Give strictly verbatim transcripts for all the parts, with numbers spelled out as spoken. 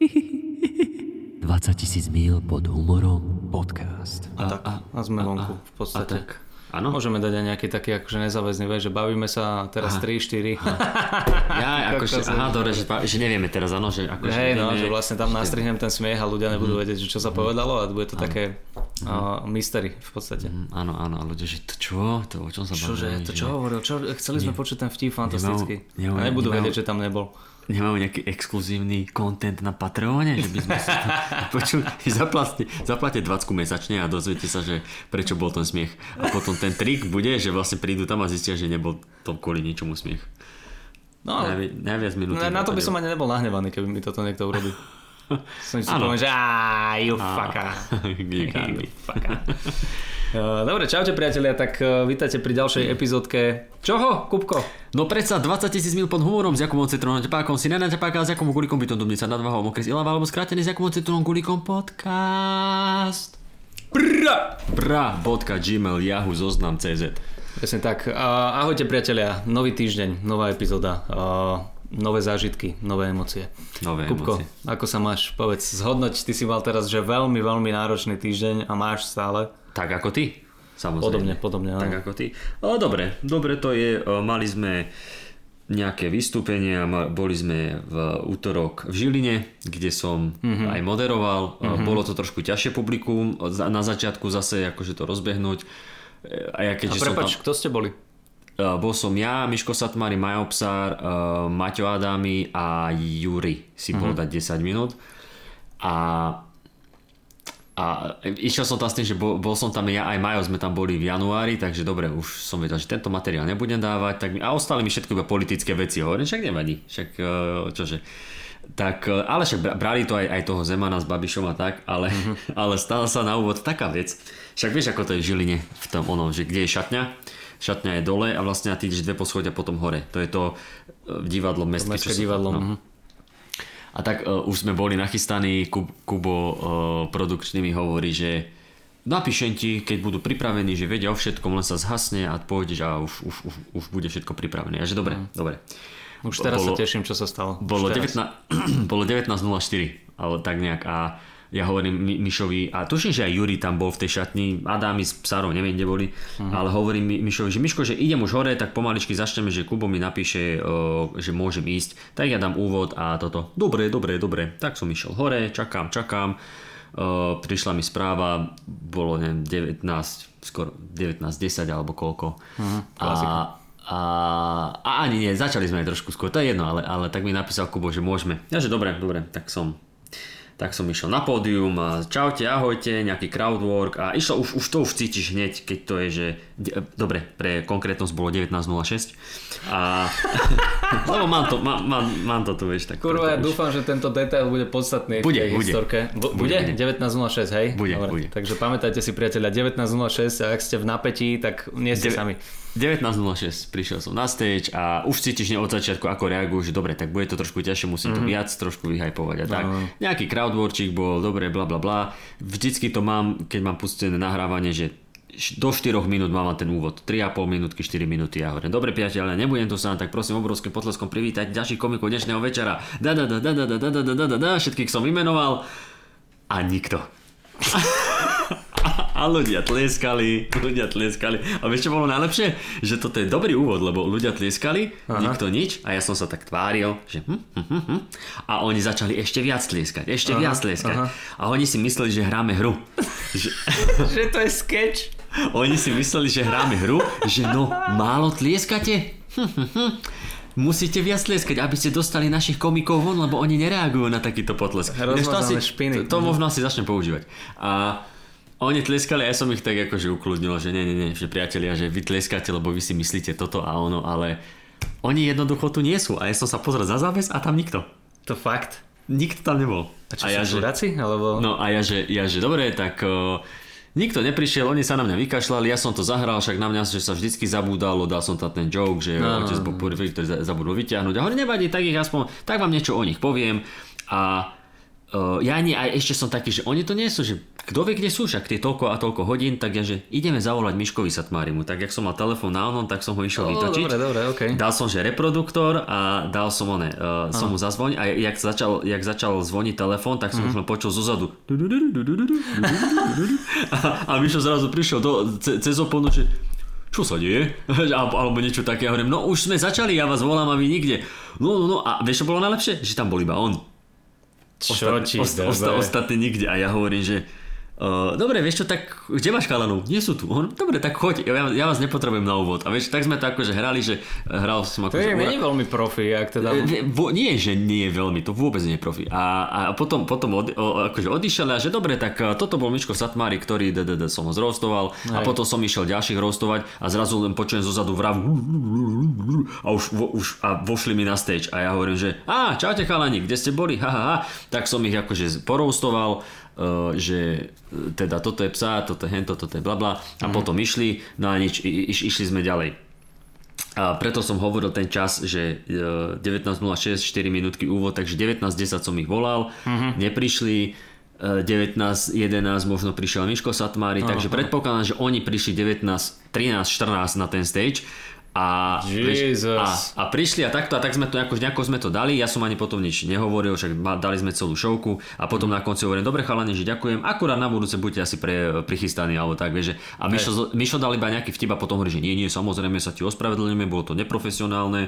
dvadsať tisíc míľ pod humorom podcast. A, a, tak, a, a sme vonku v podstate. Áno? Môžeme dať aj nejaký taký akože nezáväzný, vieš, že bavíme sa teraz tri štyri. Ja, akože, aha, dobre, že, že nevieme teraz, áno, že akože hej, nevieme, no, že vlastne tam nastrihnem ten smiech a ľudia nebudú vedieť, že čo sa povedalo a bude to áno. také uh, mystery v podstate. Mm, áno, áno, a ľudia, že to čo? To o čom sa bavíme? Čože, to čo hovoril? Čo, chceli sme Nie. počuť ten vtip fantastický. Nemajú, a nebudú nemajú, vedieť, že tam nebol. Nemáme nejaký exkluzívny content na Patreone, že by sme si to počuli, zaplatte, zaplatte dvadsať mesačne a dozviete sa, že prečo bol ten smiech. A potom ten trik bude, že vlastne prídu tam a zistia, že nebol to kvôli ničomu smiech. No, Najvi, najviac minúty. Na to by som ani nebol nahnevaný, keby mi toto niekto urobil. Som si poviem, že aaa, you fucka. You fucka. Dobre, čaute priatelia, tak uh, vítajte pri ďalšej epizódke. Čoho, Kupko? No predsa dvadsať tisíc míľ pod humorom s Jakubom Citrónom Tepákom, si Nena Tepáka s Jakubom Gulikom Bytom Dubnica nad Váhou Mokres Ilava alebo skrátený s Jakubom Citrónom Gulikom podcast. Bra! Bra, bodka, gmail, yahoo, zoznam, cz. Presne tak. Uh, ahojte priatelia, nový týždeň, nová epizóda. Uh, Nové zážitky, nové emócie. Nové Kupko, emócie. ako sa máš? Povedz, zhodnoť, ty si mal teraz, že veľmi, veľmi náročný týždeň a máš stále. Tak ako ty, samozrejme. Podobne, podobne. Tak ako ty. O, dobre, dobre to je. O, mali sme nejaké vystúpenia, boli sme v útorok v Žiline, kde som mm-hmm. aj moderoval. Mm-hmm. Bolo to trošku ťažšie publikum, na začiatku zase akože to rozbehnúť. A, ja, a prepáč, tam... kto ste boli? Uh, bol som ja, Miško Satmári, Majo Psár, uh, Maťo Adámy a Juri si bol uh-huh. dať desať minút a, a išiel som tam s tým, že bol, bol som tam ja aj Majo, sme tam boli v januári, takže dobre, už som vedel, že tento materiál nebudem dávať tak mi, a ostali mi všetko iba politické veci, hovorím, však nevadí, však uh, čože tak, ale však brali to aj, aj toho Zemana s Babišom a tak, ale, uh-huh. ale stala sa na úvod taká vec, však vieš ako to je v Žiline, v tom ono, že kde je šatňa. Šatňa je dole a vlastne na tí dve poschodia potom hore. To je to divadlo mestské. Mestské divadlo. No. A tak uh, už sme boli nachystaní. Kub, Kubo uh, produkčný mi hovorí, že napíšem ti, keď budú pripravení, že vedia o všetkom, len sa zhasne a pôjdeš a už, už, už, už bude všetko pripravené. A že dobre, mm. dobre. Už teraz bolo, sa teším, čo sa stalo. Bolo, devätnásť, bolo devätnásť nula štyri, ale tak nejak a ja hovorím Mi- Mišovi, a tuším, že aj Juri tam bol v tej šatni, Adámy s Psárov, neviem, kde boli, uh-huh. ale hovorím Mi- Mišovi, že Miško, že idem už hore, tak pomaličky začneme, že Kubo mi napíše, o, že môžem ísť, tak ja dám úvod a toto. Dobre, dobre, dobre, tak som išiel hore, čakám, čakám, o, prišla mi správa, bolo neviem, devätnásť, skoro devätnásť desať alebo koľko. Uh-huh. A, a, a ani nie, začali sme aj trošku skôr, to je jedno, ale, ale tak mi napísal Kubo, že môžeme. Ja, že dobre, dobre, tak som... Tak som išiel na pódium a čaute, ahojte, nejaký crowdwork a išlo, už, už to už cítiš hneď, keď to je, že... Dobre, pre konkrétnosť bolo devätnásť nula šesť a... lebo mám to, mám, mám, mám to tu, vieš. Tak kurva, ja dúfam, že tento detail bude podstatný bude, v tej bude. historke. B- bude? bude? devätnásť nula šesť, hej? Bude, dobre. bude. Takže pamätajte si, priateľa, devätnásť nula šesť a ak ste v napätí, tak nie ste De- sami. devätnásť nula šesť prišiel som na stage a už cítiš od začiatku, ako reagujú, že dobre, tak bude to trošku ťažšie, musím mm-hmm. to viac trošku vyhypovať a tak. No. Nejaký crowdworkík bol, dobre, bla bla bla. Vždycky to mám, keď mám pustené nahrávanie, že do štyroch minút mám ten úvod. tri a pol minútky, štyri minúty. Ja hovorím, dobre priateľe, nebudem tu sám, tak prosím obrovským potleskom privítať ďalších komikov dnešného večera. Da da da da da da da da da da da všetkých som vymenoval a nikto. A ľudia tlieskali, ľudia tlieskali. A vieš, čo bolo najlepšie? Že toto je dobrý úvod, lebo ľudia tlieskali, aha. nikto nič a ja som sa tak tváril, že hm, hm, hm, hm. A oni začali ešte viac tlieskať, ešte aha, viac tlieskať. Aha. A oni si mysleli, že hráme hru. Že, že to je sketch. Oni si mysleli, že hráme hru, že no, málo tlieskate? Hm, hm, hm. Musíte viac tlieskať, aby ste dostali našich komikov von, lebo oni nereagujú na takýto potlesk. Rozmazáme špiny. To, to možno asi začnem používať. A oni tlieskali a ja som ich tak akože ukludnil, že nie, nie, nie, že priatelia, že vy tlieskate, lebo vy si myslíte toto a ono, ale oni jednoducho tu nie sú a ja som sa pozrel za záves a tam nikto. To fakt? Nikto tam nebol. A čo, a ja, sú čuráci? Alebo... No a ja, že, ja, že dobre, tak uh, nikto neprišiel, oni sa na mňa vykašľali, ja som to zahral, však na mňa, že sa vždycky zabúdalo, dal som tam ten joke, že no, otec bol prvý, ktorý zabudol vyťahnuť a hovorím, nevadí, tak ich aspoň, tak vám niečo o nich poviem a Uh, ja nie, aj ešte som taký, že oni to nie sú, že kto vie, kde sú, však tie toľko a toľko hodín, tak ja, že ideme zavolať Miškovi Satmárimu. Tak jak som mal telefón na onom, tak som ho išiel oh, vytočiť. Dobre, dobre, okay. Dal som, že reproduktor a dal som one, uh, som mu zazvoniť a jak začal, jak začal zvoniť telefón, tak som mm-hmm. už len počul zozadu. A, a Mišo zrazu prišiel do, ce, cez oponu, že čo sa deje? Alebo niečo také. Ja hovorím, no už sme začali, ja vás volám a vy nikde. No, no, no. A vieš, čo bolo najlepšie? Že tam bol iba on. Čo ti osta- osta- Ostatní nikde. A ja hovorím, že uh, dobre, vieš čo, tak kde máš chalanov? Nie sú tu. On, dobre, tak choď, ja, ja vás nepotrebujem na úvod. A vieš, tak sme to akože hrali, že hral som ako... To je nie veľmi profi, ak teda... Vo, nie, že nie je veľmi, to vôbec nie je profi. A, a potom, potom od, o, akože odišiel a že dobre, tak toto bol Miško Satmári, ktorý d, d, d, som ho zroastoval. A potom som išiel ďalších roastovať a zrazu len počujem zozadu vrav a už, vo, už a vošli mi na stage. A ja hovorím, že á, čaute chalani, kde ste boli? Ha, ha, ha. Tak som ich akože poroostoval. Uh, že teda toto je psa, toto je hento, toto je blabla a mm. potom išli, no a nič, iš, išli sme ďalej. A preto som hovoril ten čas, že uh, devätnásť nula šesť, štyri minútky úvod, takže devätnásť desať som ich volal, mm-hmm. neprišli, uh, devätnásť jedenásť možno prišiel Miško Satmári, takže aha. predpokladám, že oni prišli devätnásť trinásť štrnásť na ten stage. A, vieš, a, a prišli a takto a tak sme to nejako, nejako sme to dali, ja som ani potom nič nehovoril, však dali sme celú šovku a potom mm. na konci hovorím, dobre chalani, že ďakujem, akurát na budúce buďte asi pre, prichystaní alebo tak, vieš, a Mišo, Mišo dal iba nejaký vtip a potom hovorí, že nie, nie, samozrejme sa ti ospravedlňujeme, bolo to neprofesionálne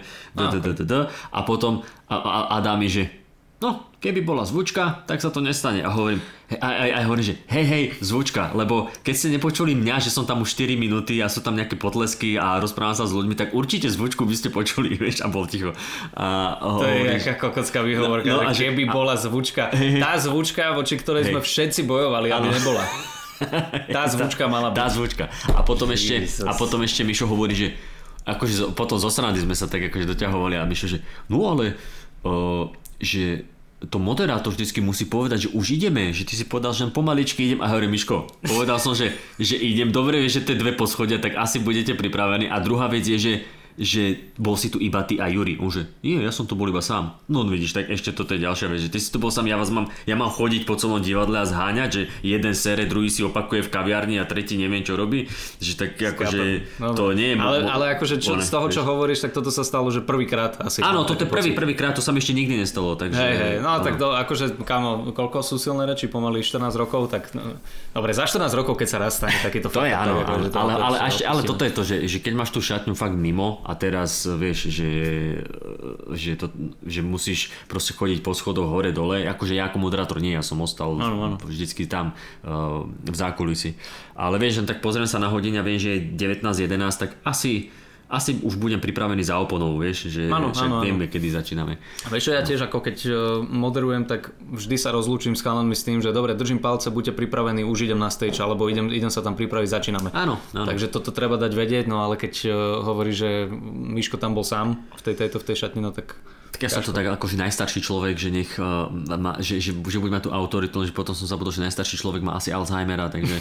a potom Adam mi, že no, keby bola zvučka, tak sa to nestane. A hovorím, aj, aj, aj hovorím, že hej, hej, zvučka, lebo keď ste nepočuli mňa, že som tam už štyri minúty a sú tam nejaké potlesky a rozprávam sa s ľuďmi, tak určite zvučku by ste počuli, vieš, a bol ticho. A, to hovorím, je jaká kokocká výhovorka, no, no, keby a, bola zvučka. Hej, tá zvučka, voči ktorej hej. sme všetci bojovali, aby nebola. Tá zvučka mala byť. Tá zvučka. A potom ešte, a potom ešte Mišo hovorí, že akože potom zo srandy sme sa tak akože doťahovali a Mišo, že no ale uh, že to moderátor vždycky musí povedať, že už ideme, že ty si povedal, že pomaličky idem a hovorím, Miško, povedal som, že, že idem, dobre vieš, že tie dve poschodia, tak asi budete pripravení a druhá vec je, že že bol si tu iba ty a Juri. On že, nie, ja som tu bol iba sám. No vidíš, tak ešte toto je ďalšia vec, že ty si tu bol sám, ja vás mám, ja mám chodiť po celom divadle a zháňať, že jeden sere, druhý si opakuje v kaviarni a tretí neviem čo robí, že tak akože no, to nie je... Ale, ale akože čo, z toho, čo vieš? Hovoríš, tak toto sa stalo, že prvýkrát asi. Áno, toto je prvý, prvýkrát, to sa mi ešte nikdy nestalo, takže... Hej, hej, no, no tak to, akože, kámo, koľko sú silné reči, pomaly štrnásť rokov, tak no, dobre, za štrnásť rokov, keď sa raz stane takýto fakt. To je áno, tak, ale, ale, ale, ale, ale toto je to, že, že keď máš tú šatňu fakt mimo a teraz vieš, že, že, to, že musíš proste chodiť po schodoch hore dole, akože ja ako moderátor nie, ja som ostal ano, ano. vždycky tam uh, v zákulisí. Ale vieš, tak pozriem sa na hodiny a viem, že je devätnásť jedenásť, tak asi asi už budem pripravený za oponou, vieš, že ano, však ano, vieme, ano. kedy začíname. A vieš čo, ja tiež ako keď moderujem, tak vždy sa rozlúčim s chalanmi s tým, že dobre, držím palce, buďte pripravení, už idem na stage, alebo idem, idem sa tam pripraviť, začíname. Áno, áno. Takže toto treba dať vedieť, no ale keď hovorí, že Miško tam bol sám v tej, tejto, v tej šatni, no tak... Tak ja som to tak akože najstarší človek, že nech uh, má, že, že, že bude mať tú autoritu, že potom som zabudol, že najstarší človek má asi Alzheimera, takže...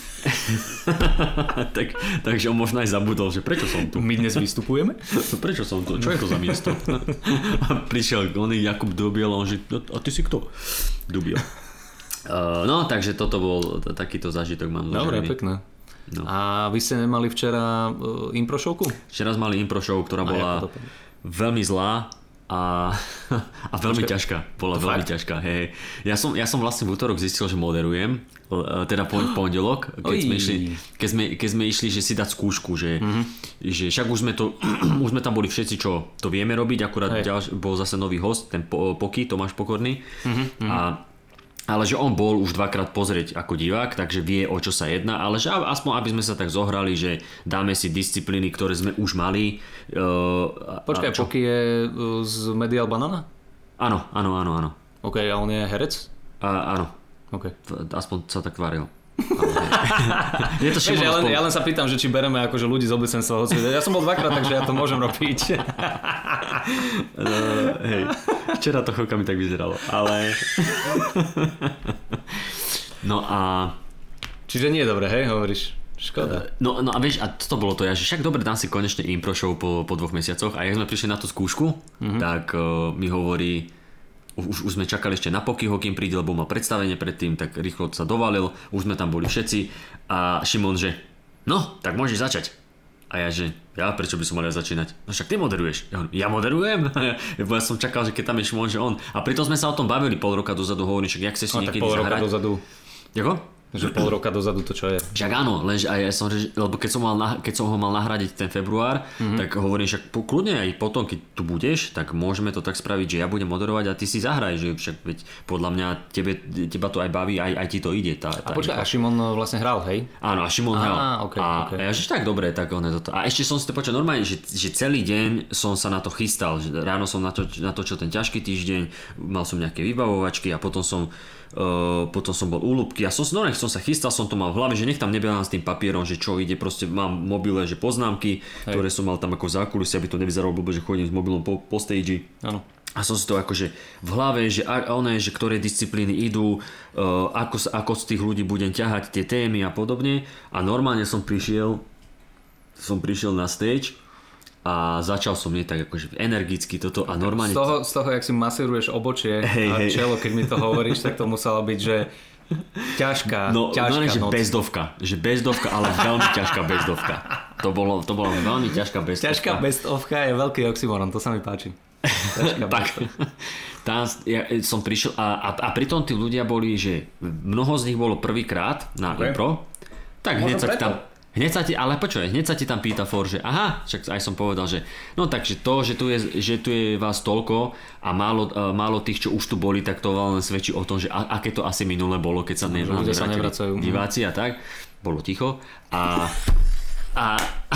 tak, takže on možno aj zabudol, že prečo som tu. My dnes vystupujeme? Prečo som tu? Čo je to za miesto? A prišiel oný Jakub Dubiel a on že, a ty si kto? Dubiel. Uh, no, takže toto bol takýto zážitok mám. Dobre, pekné. No. A vy ste nemali včera uh, impro showku? Včera sme mali impro show, ktorá a bola veľmi zlá. A, a veľmi Počkej, ťažká, bola veľmi fakt? ťažká, hej. Ja som, ja som vlastne v útorok zistil, že moderujem, teda po, pondelok, keď sme, išli, keď, sme, keď sme išli, že si dať skúšku, že, mm-hmm. že však už sme, to, už sme tam boli všetci, čo to vieme robiť, akurát ďalš, bol zase nový host, ten Poky, Tomáš Pokorný, mm-hmm. a ale že on bol už dvakrát pozrieť ako divák, takže vie, o čo sa jedná, ale že aspoň aby sme sa tak zohrali, že dáme si disciplíny, ktoré sme už mali. Uh, Počkaj, Poky je z Medial Banana? Áno, áno, áno, áno. OK, a on je herec? A, áno. OK. Aspoň sa tak tváril. Je to Víš, ja, len, ja len sa pýtam, že či bereme akože ľudí z obecenstva. Ja som bol dvakrát, takže ja to môžem robiť. No, hej, včera to chvíľkami tak vyzeralo, ale... No a... Čiže nie je dobré, hej, hovoríš? Škoda. No, no a vieš, a to bolo to ja, že však dobre, dám si konečne impro show po, po dvoch mesiacoch a jak sme prišli na tú skúšku, mm-hmm. tak uh, mi hovorí už, už sme čakali ešte na Pokyho, kým príde, lebo mal predstavenie predtým, tak rýchlo sa dovalil, už sme tam boli všetci a Šimon, že no, tak môžeš začať. A ja, že ja, prečo by som mal začínať? No však ty moderuješ. Ja, ja moderujem? Ja som čakal, že keď tam je Šimon, že on. A pritom sme sa o tom bavili pol roka dozadu, hovorím, však jak chceš si niekedy pol roka zahrať. dozadu. Jako? Že pol roka dozadu to čo je. Však áno, lenže aj ja som, lebo keď som, mal, keď som ho mal nahradiť ten február, mm-hmm. tak hovorím, však kľudne aj potom, keď tu budeš, tak môžeme to tak spraviť, že ja budem moderovať a ty si zahraj, že však veď podľa mňa tebe, teba to aj baví, aj, aj ti to ide. Tá, tá a počkaj, a Šimon vlastne hral, hej? Áno, a Šimon hral. Á, okay, a, okay. a ja, že tak dobre, tak on je toto. A ešte som si to počal normálne, že, že celý deň som sa na to chystal, že ráno som natočil ten ťažký týždeň, mal som nejaké vybavovačky a potom som Uh, potom som bol úľubky a som, no, som sa chystal, som to mal v hlave, že nech tam nebehám s tým papierom, že čo ide, proste mám mobile, že poznámky, hej. ktoré som mal tam ako zákulisie, aby to nevyzeralo blbo, že chodím s mobilom po, po stage. Áno. A som si to akože v hlave, že one, že ktoré disciplíny idú, uh, ako, ako z tých ľudí budem ťahať tie témy a podobne. A normálne som prišiel, som prišiel na stage a začal som nie tak akože energicky toto a normálne... Z toho, z toho jak si masíruješ obočie hey, a čelo, keď mi to hovoríš, tak to muselo byť, že ťažká, no, ťažká no, noc. že bezdovka, že bezdovka, ale veľmi ťažká bezdovka. To bolo, to bolo veľmi ťažká bezdovka. Ťažká bezdovka je veľký oxymoron, to sa mi páči. Tak, tam ja som prišiel a, a, a pritom tí ľudia boli, že mnoho z nich bolo prvýkrát na okay. impro, tak hneď sa tam... Hneď sa ti, ale počuj, hneď sa ti tam pýta for, že aha, však aj som povedal, že no takže to, že tu je, že tu je vás toľko a málo, uh, málo tých, čo už tu boli, tak to len svedčí o tom, že a, aké to asi minule bolo, keď sa ne, no, sa nevracajú diváci a tak, bolo ticho a a,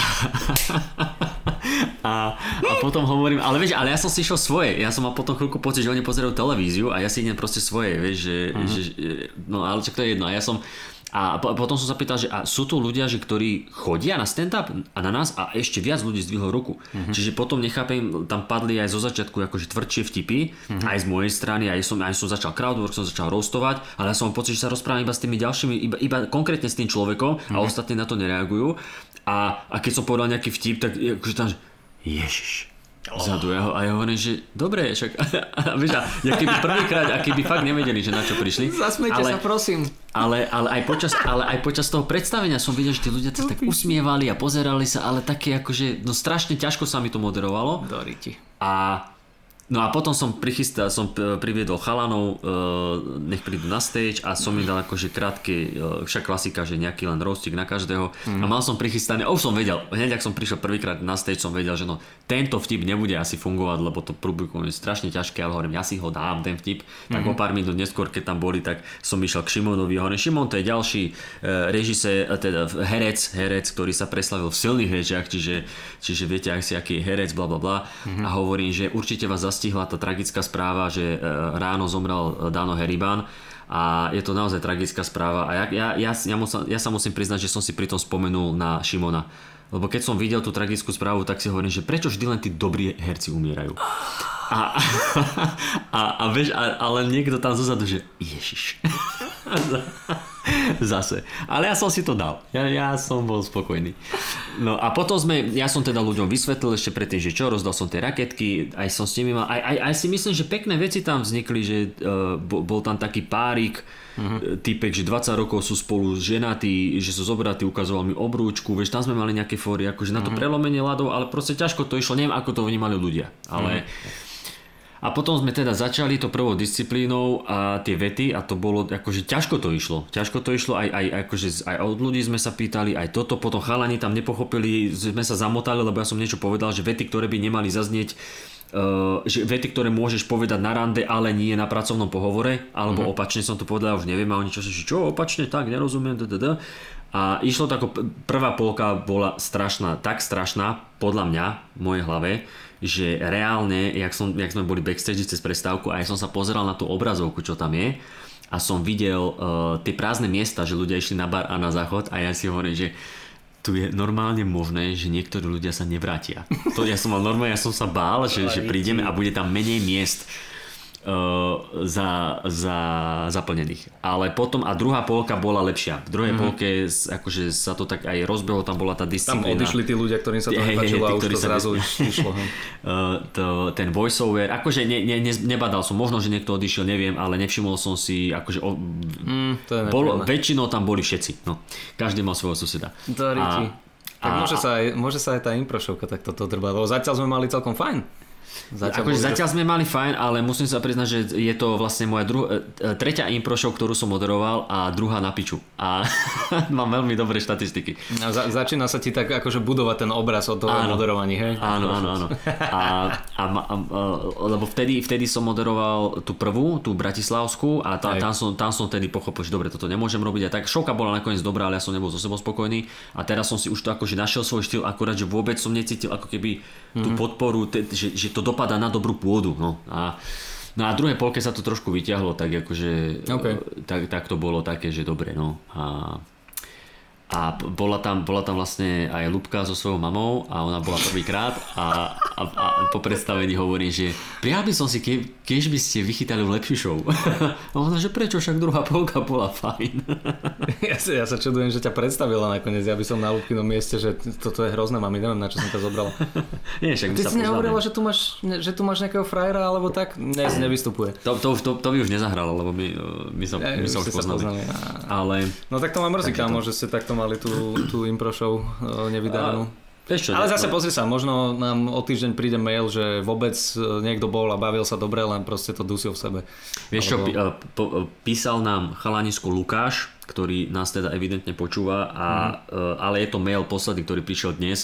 a a potom hovorím, ale vieš, ale ja som si išiel svoje, ja som mal potom chvíľku pocit, že oni pozerajú televíziu a ja si idem proste svoje, vieš, že, uh-huh. že no ale čak to je jedno, a ja som a potom som sa pýtal, že a sú tu ľudia, že ktorí chodia na stand-up a na nás a ešte viac ľudí zdvihlo ruku. Uh-huh. Čiže potom nechápem, tam padli aj zo začiatku akože tvrdšie vtipy, uh-huh. aj z mojej strany, aj som, aj som začal crowdwork, som začal roastovať, ale ja som mal pocit, že sa rozprávam iba s tými ďalšími, iba, iba konkrétne s tým človekom uh-huh. a ostatní na to nereagujú. A, a keď som povedal nejaký vtip, tak akože tam, že Ježiš. Zadu, ja ho, a ja hovorím, že dobre, však, vieš, a ja keby prvýkrát, a keby fakt nevedeli, že na čo prišli. Zasmejte ale, sa, prosím. Ale, ale, aj počas, ale aj počas toho predstavenia som videl, že tí ľudia tak usmievali a pozerali sa, ale také akože, no strašne ťažko sa mi to moderovalo. Doriti. A no a potom som prichystal, som priviedol chalanov, nech prídu na stage a som im dal akože krátky, však klasika, že nejaký len roastik na každého mm. a mal som prichystané, a už som vedel, hneď ak som prišiel prvýkrát na stage, som vedel, že no tento vtip nebude asi fungovať, lebo to publikum je strašne ťažké, ale hovorím, ja si ho dám, ten vtip, tak mm-hmm. o pár minút neskôr, keď tam boli, tak som išiel k Šimonovi a hovorím, Šimon, to je ďalší režisér, teda herec, herec, ktorý sa preslavil v silných rečiach, čiže, čiže viete, ak si aký je herec, bla bla bla mm-hmm. a hovorím, že určite vás stihla tá tragická správa, že ráno zomrel Dano Heriban a je to naozaj tragická správa a ja, ja, ja, ja, musel, ja sa musím priznať, že som si pritom spomenul na Šimona, lebo keď som videl tú tragickú správu, tak si hovorím, že prečo vždy len tí dobrí herci umierajú a, a, a vieš, a, ale niekto tam zozadu, že Ježiš zase, ale ja som si to dal, ja, ja som bol spokojný. No a potom sme, ja som teda ľuďom vysvetlil ešte predtým, že čo, rozdal som tie raketky, aj som s nimi mal, aj, aj, aj si myslím, že pekné veci tam vznikli, že uh, bol, bol tam taký párik, uh-huh. typek, že dvadsať rokov sú spolu ženatí, že sú zobratí, ukazoval mi obrúčku, vieš, tam sme mali nejaké fóry, akože uh-huh. na to prelomenie ľadov, ale proste ťažko to išlo, neviem, ako to vnímali ľudia, ale... Uh-huh. A potom sme teda začali to prvou disciplínou a tie vety a to bolo, akože ťažko to išlo. Ťažko to išlo, aj, aj, akože, aj od ľudí sme sa pýtali, aj toto, potom chalani tam nepochopili, sme sa zamotali, lebo ja som niečo povedal, že vety, ktoré by nemali zaznieť, uh, že vety, ktoré môžeš povedať na rande, ale nie na pracovnom pohovore, alebo mm-hmm. opačne som to povedal, už neviem, a oni čo sa, čo opačne, tak nerozumiem, ddd. A išlo to ako prvá polka bola strašná, tak strašná, podľa mňa, v mojej hlave, že reálne, jak, som, jak sme boli backstage cez prestávku a ja som sa pozeral na tú obrazovku, čo tam je a som videl uh, tie prázdne miesta, že ľudia išli na bar a na záchod a ja si hovorím, že tu je normálne možné, že niektorí ľudia sa nevrátia. To ja som mal normálne, ja som sa bál, že, že prídeme a bude tam menej miest. za, za zaplnených. Ale potom a druhá polka bola lepšia. V druhej mm. polke akože sa to tak aj rozbehlo, tam bola tá disciplína. Tam odišli tí ľudia, ktorým sa to hey, nepáčilo hey, a už to zrazu išlo. uh, to, ten voiceover, akože ne, ne, ne, nebadal som, možno, že niekto odišiel, neviem, ale nevšimol som si, akože o, mm, bolo, väčšinou tam boli všetci. No, každý mal svojho suseda. To a, tak a, môže, sa aj, môže sa aj tá improšovka takto to trvá, lebo zatiaľ sme mali celkom fajn. Zatiaľ, akože zatiaľ sme mali fajn, ale musím sa priznať, že je to vlastne moja dru- tretia impro show, ktorú som moderoval a druhá na piču. A mám veľmi dobré štatistiky. A za- začína sa ti tak akože budovať ten obraz od toho moderovaní, hej? Áno, áno, áno. A, a, a, a, lebo vtedy, vtedy som moderoval tú prvú, tú bratislavskú a tá, tam, som, tam som vtedy pochopil, že dobre, toto nemôžem robiť. A tak šovka bola nakoniec dobrá, ale ja som nebol so sebou spokojný. A teraz som si už to akože našiel svoj štýl, akurát, že vôbec som necítil ako keby tú mm-hmm. podporu, te, že, že to dopadá na dobrú pôdu. No a, no a druhej polke sa to trošku vyťahlo, tak akože okay. tak, tak to bolo také, že dobre. No. A, a bola tam, bola tam vlastne aj Ľubka so svojou mamou a ona bola prvýkrát a, a, a po predstavení hovorím, že prijal by som si, ke, keď by ste vychytali lepšiu show. A ona, že prečo, však druhá polka bola fajn. Ja sa, ja sa čudujem, že ťa predstavila nakoniec. Ja by som na Ľubkinom mieste, že toto je hrozné, mami, neviem, na čo som ťa zobrala. Nie, však ty si nehovorila, že tu máš, že tu máš nejakého frajera, alebo tak? Ne, nevystupuje. To, to, to, to by už nezahralo, lebo my, my sa, ja, my sa už poznali. poznali. Ale... No tak to ma mrzí, kámo, že ste takto mali tú, tú impro show nevydarenú. Čo, ale zase pozri sa, možno nám o týždeň príde mail, že vôbec niekto bol a bavil sa dobre, len proste to dusil v sebe. Vieš Alebo... čo, písal nám chalanisko Lukáš, ktorý nás teda evidentne počúva, a, mm. ale je to mail posledný, ktorý prišiel dnes.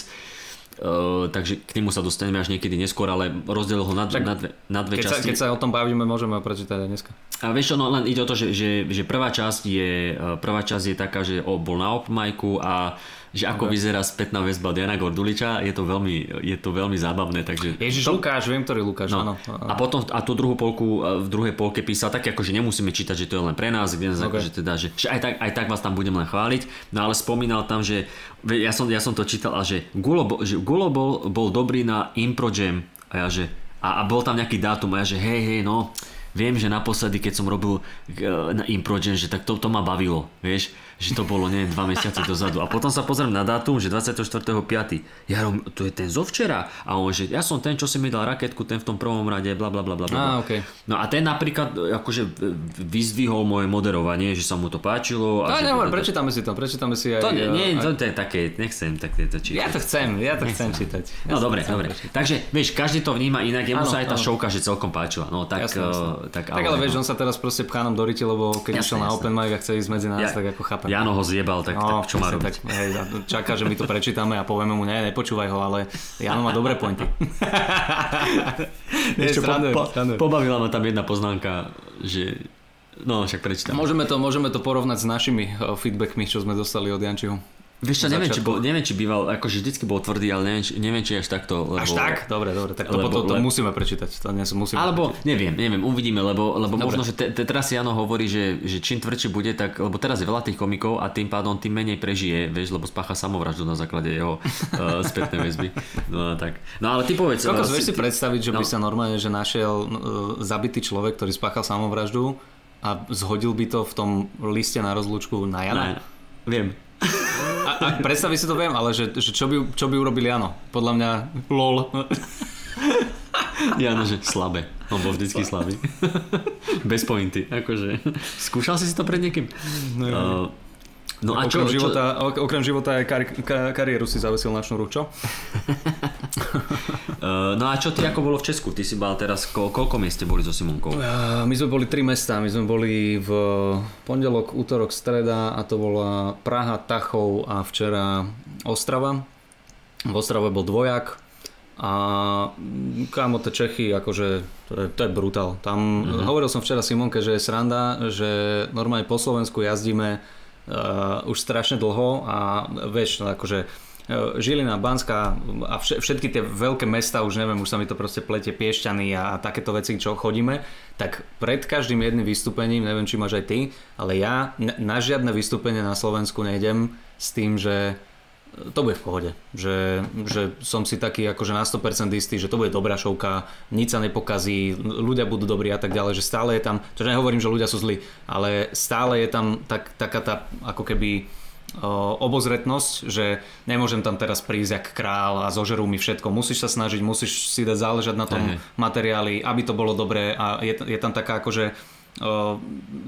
Uh, takže k nemu sa dostaneme až niekedy neskôr, ale rozdelil ho na, tak, na dve, na dve keď časti. Sa, keď sa o tom bavíme, môžeme ho prečítať aj dneska. A vieš čo, no len ide o to, že, že, že prvá časť je prvá časť je taká, že o, bol na open micu a že ako okay. vyzerá spätná väzba Diana Gorduliča, je to veľmi, je to veľmi zábavné. Takže Ježiš, to... Lukáš, viem, ktorý Lukáš, no. áno. A potom a tú druhú polku, v druhej polke písal tak, ako že nemusíme čítať, že to je len pre nás, kde okay. akože teda, že, že aj, tak, aj tak vás tam budem len chváliť, no ale spomínal tam, že ja som, ja som to čítal a že Gulo, že Gulo bol, bol dobrý na Impro Jam a ja že, a, a bol tam nejaký dátum a ja že hej, hej, no viem, že naposledy, keď som robil na Impro Jam, že tak to, to ma bavilo, vieš, že to bolo, neviem, dva mesiace dozadu. A potom sa pozriem na dátum, že dvadsiateho štvrtého piateho Jaro, to je ten zo včera. A on, že ja som ten, čo si mi dal raketku, ten v tom prvom rade, bla bla bla bla. Ah, okay. No a ten napríklad akože vyzdvihol moje moderovanie, že sa mu to páčilo. A no, nehovor, prečítame si to, prečítame si aj... To nie, nie aj... to je také, nechcem tak to čítať. Ja to chcem, ja to chcem čítať. Ja no dobre, dobre. Takže, vieš, každý to vníma inak, jemu sa aj tá šovka, že celkom páčila. No tak... Jasne, jasne. Tak, ale, tak ale vieš, no. on sa teraz proste pchá nám do ryti, lebo keď išiel na open mic a chce ísť medzi nás, ja, tak ako chápem. Jano ho zjebal, tak, no, tak čo má robiť? Tak, hej, čaká, že my to prečítame a povieme mu, ne, nepočúvaj ho, ale Jano má dobré pointy. Ešte po, po, pobavila ma tam jedna poznámka, že... No, však prečítam. Môžeme to, môžeme to porovnať s našimi feedbackmi, čo sme dostali od Jančiho. Vieš čo, neviem či, bol, neviem, či býval, akože vždycky bol tvrdý, ale neviem, či, neviem, či až takto. Lebo, až tak? Dobre, dobre, tak to, lebo, to, to lebo, musíme prečítať. To musíme alebo, prečítať. neviem, neviem, uvidíme, lebo, lebo možno, že te, te, teraz Jano hovorí, že, že čím tvrdšie bude, tak, lebo teraz je veľa tých komikov a tým pádom tým menej prežije, vieš, lebo spácha samovraždu na základe jeho uh, spätnej väzby. No, tak. No ale ty povedz. Koľko vieš si predstaviť, že no. by sa normálne, že našiel uh, zabitý človek, ktorý spáchal samovraždu a zhodil by to v tom liste na rozlúčku na Jana? Ne, viem. A, a predstaví si to viem, ale že, že čo, by, čo by urobili Jano? Podľa mňa lol. Jano, že slabé. On bol vždycky slabý. Bez pointy. Akože. Skúšal si si to pred niekým? No, uh, no a okrem, čo, života, čo... okrem života aj kar, kar, kariéru si zavesil na šnúru, čo? uh, no a čo ty, ako bolo v Česku? Ty si bol teraz, ko, koľko miest ste boli so Simonkou? Uh, my sme boli tri mestá. My sme boli v pondelok, útorok, streda a to bola Praha, Tachov a včera Ostrava. V Ostrave bol dvojak a kámo, tie Čechy, akože to je, to je brutál. Tam uh-huh. hovoril som včera Simonke, že je sranda, že normálne po Slovensku jazdíme Uh, už strašne dlho a vieš, akože uh, Žilina, Banská a vš- všetky tie veľké mesta, už neviem, už sa mi to proste pletie, Piešťany a, a takéto veci, čo chodíme, tak pred každým jedným vystúpením, neviem, či máš aj ty, ale ja n- na žiadne vystúpenie na Slovensku nejdem s tým, že to bude v pohode. Že, že som si taký akože na sto percent istý, že to bude dobrá šovka, nič sa nepokazí, ľudia budú dobrí a tak ďalej, že stále je tam, čo nehovorím, že ľudia sú zlí, ale stále je tam tak, taká tá ako keby o, obozretnosť, že nemôžem tam teraz prísť jak král a zožerú mi všetko. Musíš sa snažiť, musíš si dať záležať na tom Aj. materiáli, aby to bolo dobré a je, je tam taká akože o,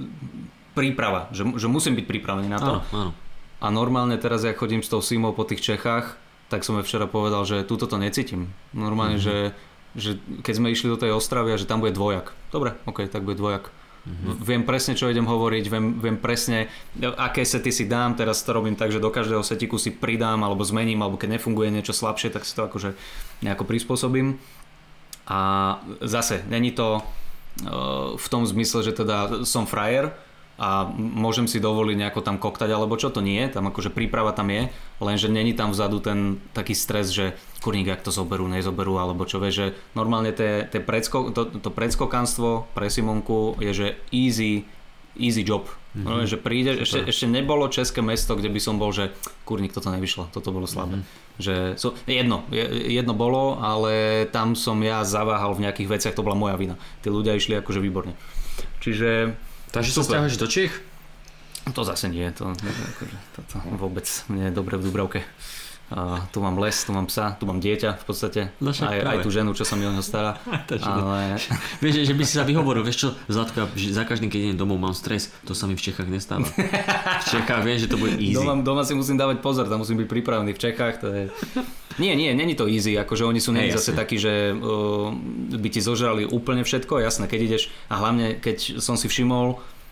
príprava, že, že musím byť pripravený na to. Áno, áno. A normálne teraz, ja chodím s tou Simou po tých Čechách, tak som jej včera povedal, že túto to necítim. Normálne, mm-hmm. že, že keď sme išli do tej Ostravy a že tam bude dvojak. Dobre, ok, tak bude dvojak. Mm-hmm. Viem presne, čo idem hovoriť, viem, viem presne, aké sety si dám. Teraz to robím tak, že do každého setiku si pridám alebo zmením, alebo keď nefunguje niečo slabšie, tak si to akože nejako prispôsobím. A zase, není to uh, v tom zmysle, že teda som frajer, a môžem si dovoliť nejako tam koktať alebo čo, to nie, tam akože príprava tam je, lenže není tam vzadu ten taký stres, že kurník, jak to zoberú, nezoberú alebo čo, vieš, že normálne te, te predsko, to, to predskokanstvo pre Simonku je, že easy, easy job. Mm-hmm. No, že príde, ešte, ešte nebolo české mesto, kde by som bol, že kurník, toto nevyšlo, toto bolo slabé. Mm-hmm. Že, so, jedno, jedno bolo, ale tam som ja zaváhal v nejakých veciach, to bola moja vina. Tí ľudia išli akože výborne. Čiže Takže sa stiahuješ do Čiech? To zase nie, to, akože, to, to vôbec nie je dobre v Dubravke. Uh, tu mám les, tu mám psa, tu mám dieťa v podstate, no aj, aj tú ženu, čo sa mi o neho stará. Ale... Vieš, že by si sa vyhovoril, vieš čo, Zlatka, že za každým, keď idem domov, mám stres, to sa mi v Čechách nestáva. V Čechách viem, že to bude easy. Doma, doma si musím dávať pozor, tam musím byť pripravený. V Čechách to je... Nie, nie, není to easy, akože oni sú nie zase takí, že uh, by ti zožrali úplne všetko, jasné, keď ideš, a hlavne keď som si všimol,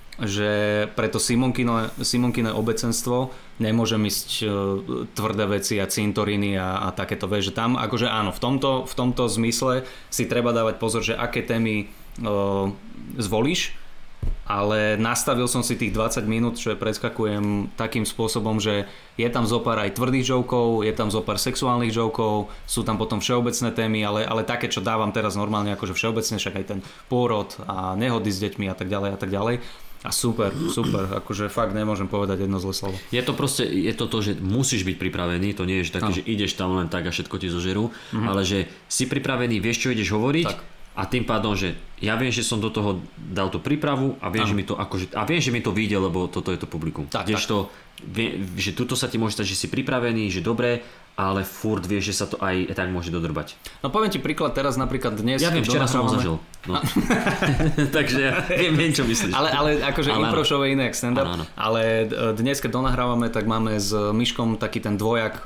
že pre to Simonkino, Simonkine obecenstvo nemôžem ísť uh, tvrdé veci a cintoriny a, a takéto, vieš, že tam akože áno, v tomto, v tomto zmysle si treba dávať pozor, že aké témy uh, zvolíš, ale nastavil som si tých dvadsať minút, čo preskakujem takým spôsobom, že je tam zopár aj tvrdých žokov, je tam zopár sexuálnych žokov, sú tam potom všeobecné témy, ale, ale také, čo dávam teraz normálne akože všeobecne, však aj ten pôrod a nehody s deťmi a tak ďalej a tak ďalej. A super, super, akože fakt nemôžem povedať jedno zlé slovo. Je to proste, je to to, že musíš byť pripravený, to nie je že také, no. že ideš tam len tak a všetko ti zožerú, mm-hmm. ale že si pripravený, vieš, čo ideš hovoriť tak. A tým pádom, že ja viem, že som do toho dal tú prípravu a viem, že mi to akože, a viem, že mi to vyjde, lebo toto je to publikum. Tak, Kdežto, vie, že tuto sa ti môže stať, že si pripravený, že dobre, ale furt vieš, že sa to aj tak môže dodrbať. No poviem ti príklad teraz napríklad dnes. Ja viem, včera som ho zažil. No. Takže ja viem, viem, čo myslíš. Ale, ale akože impro show je iné, jak stand-up. Áno, áno. Ale dnes, keď donahrávame, tak máme s Myškom taký ten dvojak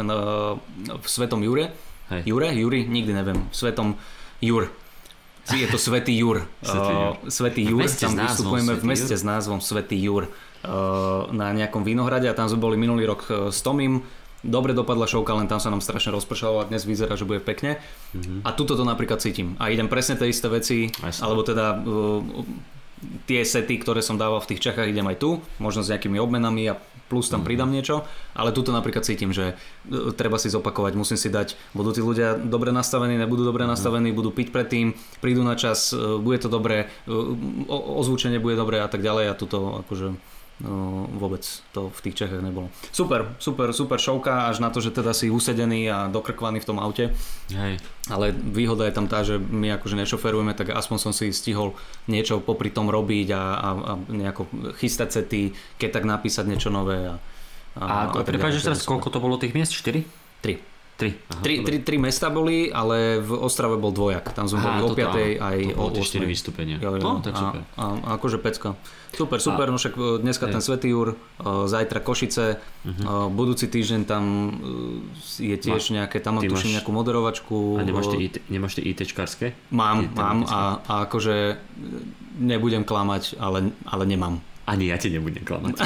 v Svetom Jure. Hej. Jure? Juri? Nikdy neviem. V Svetom Jur. Je to Svätý Jur. Svätý Jur. Uh, Svätý Jur. Tam vystupujeme v meste s názvom Svätý Jur. Uh, na nejakom vinohrade a tam sme boli minulý rok uh, s Tomím. Dobre dopadla šovka, len tam sa nám strašne rozpršalo a dnes vyzerá, že bude pekne. Mm-hmm. A tuto to napríklad cítim. A idem presne tie isté veci, Jasne. alebo teda uh, tie sety, ktoré som dával v tých Čechách, idem aj tu, možno s nejakými obmenami a plus tam mm-hmm. pridám niečo, ale tuto napríklad cítim, že uh, treba si zopakovať, musím si dať, budú tí ľudia dobre nastavení, nebudú dobre mm-hmm. nastavení, budú piť predtým, prídu na čas, uh, bude to dobré, uh, ozvučenie bude dobré a tak ďalej a tuto akože no, vôbec to v tých Čechách nebolo. Super, super, super šovka, až na to, že teda si usedený a dokrkvaný v tom aute. Hej. Ale výhoda je tam tá, že my akože nešoferujeme, tak aspoň som si stihol niečo popri tom robiť a, a, a nejako chystať sety, keď tak napísať niečo nové. A, a, a, a prepáč, teraz koľko to bolo tých miest? štyri? tri. Tri. Aha, tri, tri, tri mesta boli, ale v Ostrave bol dvojak. Tam sme boli o piatej aj o ôsmej. štyri vystúpenia. Jo, jo. No, tak super. A, a, a akože pecka. Super, super, a, no však dneska je. Ten Svätý Jur, zajtra Košice, uh-huh. budúci týždeň tam je tiež Ma, nejaké, tam mám tuším nejakú moderovačku. A nemáš tie, nemáš tie ITčkarské? Mám, mám a, a akože nebudem klamať, ale, ale nemám. Ani ja ti nebudem klamať.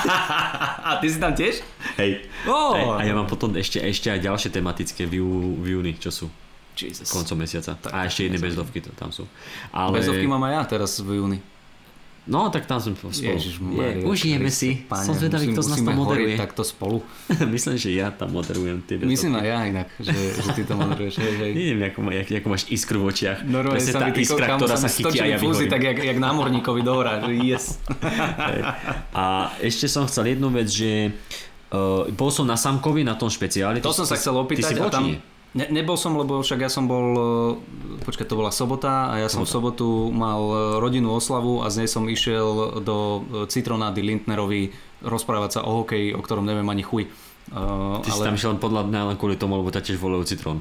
A ty si tam tiež? Hej. Oh. Hej. A ja mám potom ešte, ešte aj ďalšie tematické v, v júni, čo sú Jesus. Koncom mesiaca. Tak, a ešte jedné bezdovky to tam sú. Ale... Bezdovky mám aj ja teraz v júni. No, tak tam sme spolu. Ježišmaria. Užijeme si. Páne, Som zvedavý, kto z nás to moderuje. Takto spolu. Myslím, že ja tam moderujem tie bezdovky. Myslím aj ja inak, že, že ty to moderuješ. Hej, hej. Neviem, ako, jak, ako máš iskru v očiach. Normálne sa mi tí iskra, ktorá sa chytí a ja vyhorím. Tak jak, jak námorníkovi dohrá, že yes. A ešte som chcel jednu vec, že Uh, bol som na Samkovi, na tom špeciáli. To ty, som sa chcel opýtať. Ty si a tam... Ne, nebol som, lebo však ja som bol, počkaj, to bola sobota a ja som v sobotu mal rodinnú oslavu a z nej som išiel do Citronady Lindnerovi rozprávať sa o hokeji, o ktorom neviem ani chuj. Uh, Ty ale... si tam išiel podľa mňa len kvôli tomu, lebo ťa tiež volajú Citrón.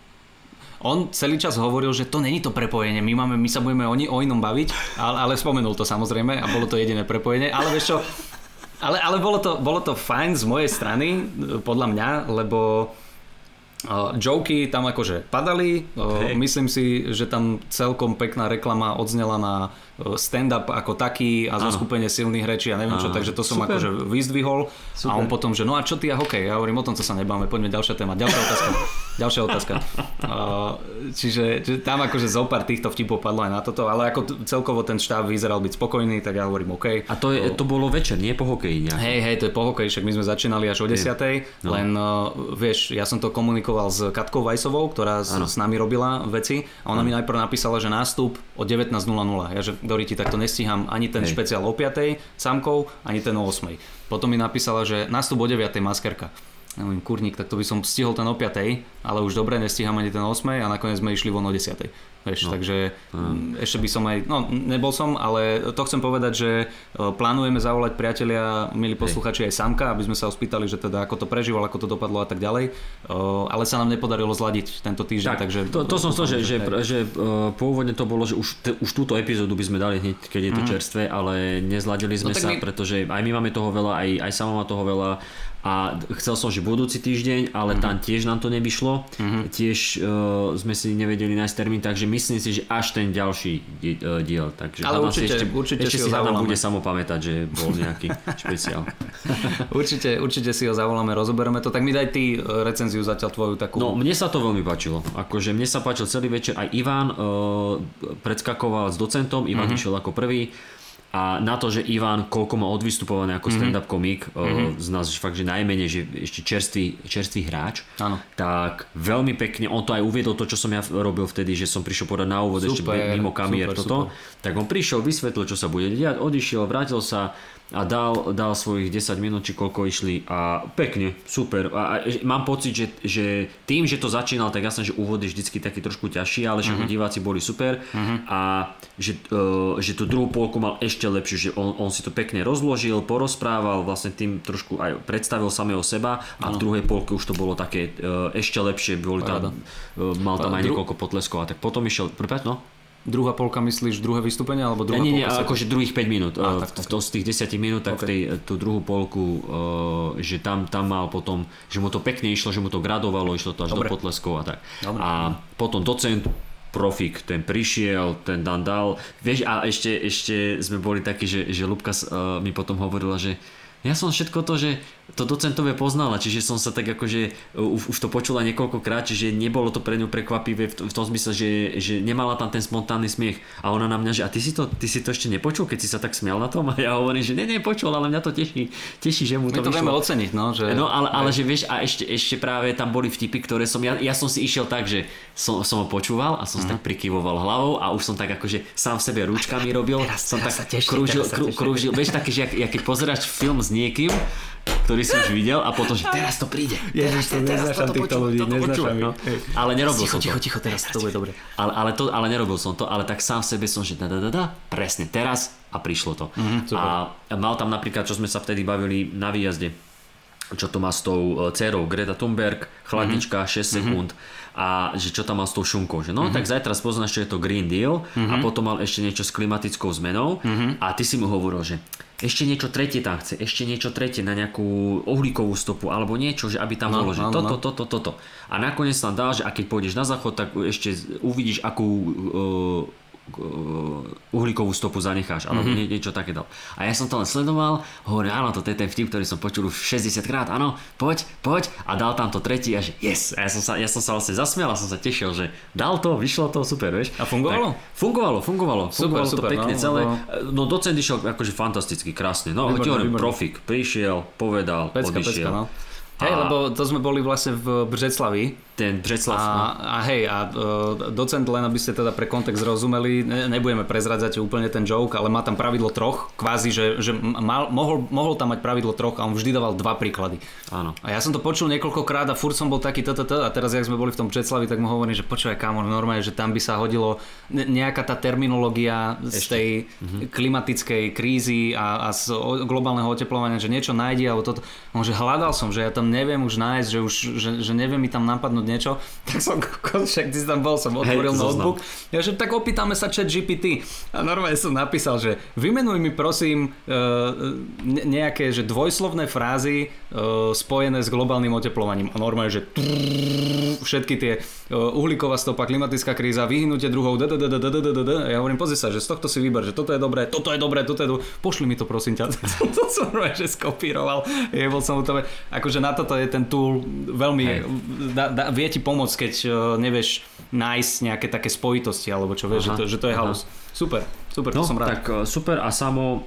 On celý čas hovoril, že to není to prepojenie, my, máme, my sa budeme o, ni- o inom baviť, ale, ale spomenul to samozrejme a bolo to jediné prepojenie, ale vieš čo, ale, ale bolo, to, bolo to fajn z mojej strany, podľa mňa, lebo uh, joky tam akože padali, uh, myslím si, že tam celkom pekná reklama odznela na stand-up ako taký a zoskupenie silných rečí a neviem čo, takže to som super. Akože vyzdvihol. Super. A on potom, že no a čo ty a hokej? Ja hovorím, o tom, co sa nebáme, poďme ďalšia téma, ďalšia otázka. Ďalšia otázka. Uh, čiže, čiže tam akože zopár týchto vtipov padlo aj na toto, ale ako t- celkovo ten štáb vyzeral byť spokojný, tak ja hovorím OK. A to, je, to bolo večer, nie po hokeji nejak? Hej, hej, to je po hokeji, však my sme začínali až o desiatej, no. Len uh, vieš, ja som to komunikoval s Katkou Vajsovou, ktorá s, s nami robila veci a ona ano. Mi najprv napísala, že nástup o devätnásť nula nula. Ja že Dori, ti takto nestíham ani ten hej. Špeciál o piatej Samkou, ani ten o ôsmej. Potom mi napísala, že nástup o deviatej maskerka. Ja hovorím, kurník, tak to by som stihol ten o piatej, ale už dobre, nestíham ani ten o ôsmej a nakoniec sme išli von o desiatej. Vieš, no. Takže mm. ešte by som aj, no nebol som, ale to chcem povedať, že plánujeme zavolať priatelia, milí posluchači aj Samka, aby sme sa ho spýtali, že teda ako to prežíval, ako to dopadlo a tak ďalej, ale sa nám nepodarilo zladiť tento týždeň, tak, takže... To, to som to, že, že, že, že pôvodne to bolo, že už, te, už túto epizódu by sme dali hneď, keď je to mm. čerstvé, ale nezladili sme no, sa, my... pretože aj my máme toho veľa, aj, aj sama má toho veľa. A chcel som, že budúci týždeň, ale mm-hmm. tam tiež nám to nevyšlo. Mm-hmm. Tiež uh, sme si nevedeli nájsť termín, takže myslím si, že až ten ďalší diel. Takže ale určite, ešte, určite ešte si ho si zavoláme. bude samopamätať, že bol nejaký špeciál. určite, určite si ho zavoláme, rozoberieme to. Tak mi daj ty recenziu zatiaľ tvoju takú. No, mne sa to veľmi páčilo. Akože mne sa páčil celý večer. Aj Ivan uh, predskakoval s docentom. Ivan mm-hmm. išiel ako prvý. A na to, že Ivan koľko má odvystupované ako stand-up komik, mm-hmm. z nás fakt, že najmenej, že ešte čerstvý, čerstvý hráč, ano. Tak veľmi pekne, on to aj uviedol to, čo som ja robil vtedy, že som prišiel podať na úvod super, ešte mimo kamier super, toto, super. Tak on prišiel, vysvetlil, čo sa bude diať, odišiel, vrátil sa a dal, dal svojich desať minút, či koľko išli a pekne, super. A, a mám pocit, že, že tým, že to začínal, tak jasné, že úvod je vždycky taký trošku ťažší, ale že uh-huh. diváci boli super uh-huh. a že, uh, že tú druhú polku mal ešte lepšie, že on, on si to pekne rozložil, porozprával, vlastne tým trošku aj predstavil samého seba a uh-huh. v druhej polke už to bolo také uh, ešte lepšie, boli tam, uh, mal tam aj Dru- niekoľko potleskov a tak potom išiel, prepáč, no? Druhá polka myslíš druhé vystúpenie alebo druhá nie, nie, polka? Nie, akože druhých päť minút. Ah, v, tak, tak. Z tých desať minút, tak okay. tej, tú druhú polku, uh, že tam, tam mal potom, že mu to pekne išlo, že mu to gradovalo, išlo to až Dobre. Do potleskov a tak. Dobre. A potom docent, profik, ten prišiel, ten dan dal. Vieš, a ešte, ešte sme boli takí, že, že Ľubka uh, mi potom hovorila, že ja som všetko to, že to docentové poznala, čiže som sa tak akože už, už to počula niekoľkokrát, čiže nebolo to pre ňu prekvapivé v, v tom zmysle, že, že nemala tam ten spontánny smiech a ona na mňa, že a ty si to, ty si to ešte nepočul, keď si sa tak smial na tom a ja hovorím, že ne, nepočul, ale mňa to teší, teší, že mu to, My to vyšlo. vieme oceniť, no. Že... No ale, ale že vieš, a ešte, ešte práve tam boli vtipy, ktoré som, ja, ja som si išiel tak, že som, som ho počúval a som uh-huh. si tak prikyvoval hlavou a už som tak akože sám v sebe rúčkami robil, teraz, som teraz tak teší, krúžil, krú, krúžil, vieš také, že ja keď pozeráš film s niekým, ktorý si už videl a potom, že teraz to príde. Ježiš, to neznášam týchto ľudí, neznášam ich. No. Ale nerobil ticho, som to. Ticho, ticho, teraz to bude dobre. Ale, ale, to, ale nerobil som to, ale tak sám v sebe som, že da, da, da, da, presne teraz a prišlo to. Mm-hmm, a mal tam napríklad, čo sme sa vtedy bavili na výjazde, čo to má s tou dcérou Greta Thunberg, chladnička, mm-hmm. šesť sekúnd a že čo tam mal s tou šunkou, že no mm-hmm. tak zajtra spoznáš, čo je to Green Deal mm-hmm. a potom mal ešte niečo s klimatickou zmenou mm-hmm. a ty si mu hovoril, že ešte niečo tretie tam chce, ešte niečo tretie na nejakú uhlíkovú stopu alebo niečo, že aby tam no, bolo, že no, toto, no. toto, toto. A nakoniec tam dal, že a keď pôjdeš na záchod, tak ešte uvidíš, akú uh, uhlíkovú stopu zanecháš, alebo mm-hmm. nie, niečo také dal. A ja som to len sledoval, hovorím, áno, to je ten vtip, ktorý som počul už šesťdesiat krát, áno, poď, poď a dal tam to tretí a že yes. A ja som sa, ja som sa vlastne zasmial a som sa tešil, že dal to, vyšlo to, super, vieš. A fungovalo? Tak, fungovalo, fungovalo, super, fungovalo super, to pekne no, celé. no, no docent išiel akože fantasticky, krásne, no, výborné, ti hovorím, výborné. profik, prišiel, povedal, pecka, odišiel. Pecka, no. Hej, lebo to sme boli vlastne v Břeclavi. ten Břeclav. A, a hej, a uh, docent, len aby ste teda pre kontext rozumeli, ne, nebudeme prezradzať úplne ten joke, ale má tam pravidlo troch, kvázi, že, že mal, mohol, mohol tam mať pravidlo troch a on vždy dával dva príklady. Áno. A ja som to počul niekoľkokrát a furt som bol taký ttt a teraz, jak sme boli v tom Břeclavi, tak mu hovorím, že počúvaj, kámo, normálne, že tam by sa hodilo nejaká tá terminológia z Ešte. tej mhm. klimatickej krízy a, a z globálneho oteplovania, že niečo nájde, alebo toto. On, že hľadal som, že ja tam neviem už nájsť, že už, že, že neviem mi tam napadnúť niečo, tak som, však ty si tam bol, som otvoril hey, notebook, ja, že tak opýtame sa chat G P T a normálne som napísal, že vymenuj mi prosím nejaké, že dvojslovné frázy spojené s globálnym oteplovaním a normálne, že všetky tie uhlíková stopa, klimatická kríza, vyhnutie druhov, ja hovorím, pozri sa, že z tohto si vyber, že toto je dobré, toto je dobré, toto je dobré, pošli mi to prosím ťa, to som normálne, že skopíroval, jebol som u to, akože na toto je ten tool veľmi, da, da, vie ti pomôcť, keď uh, nevieš nájsť nejaké také spojitosti, alebo čo vieš, že to, že to je halus. Super, super, no, to som rád. Tak uh, super a samo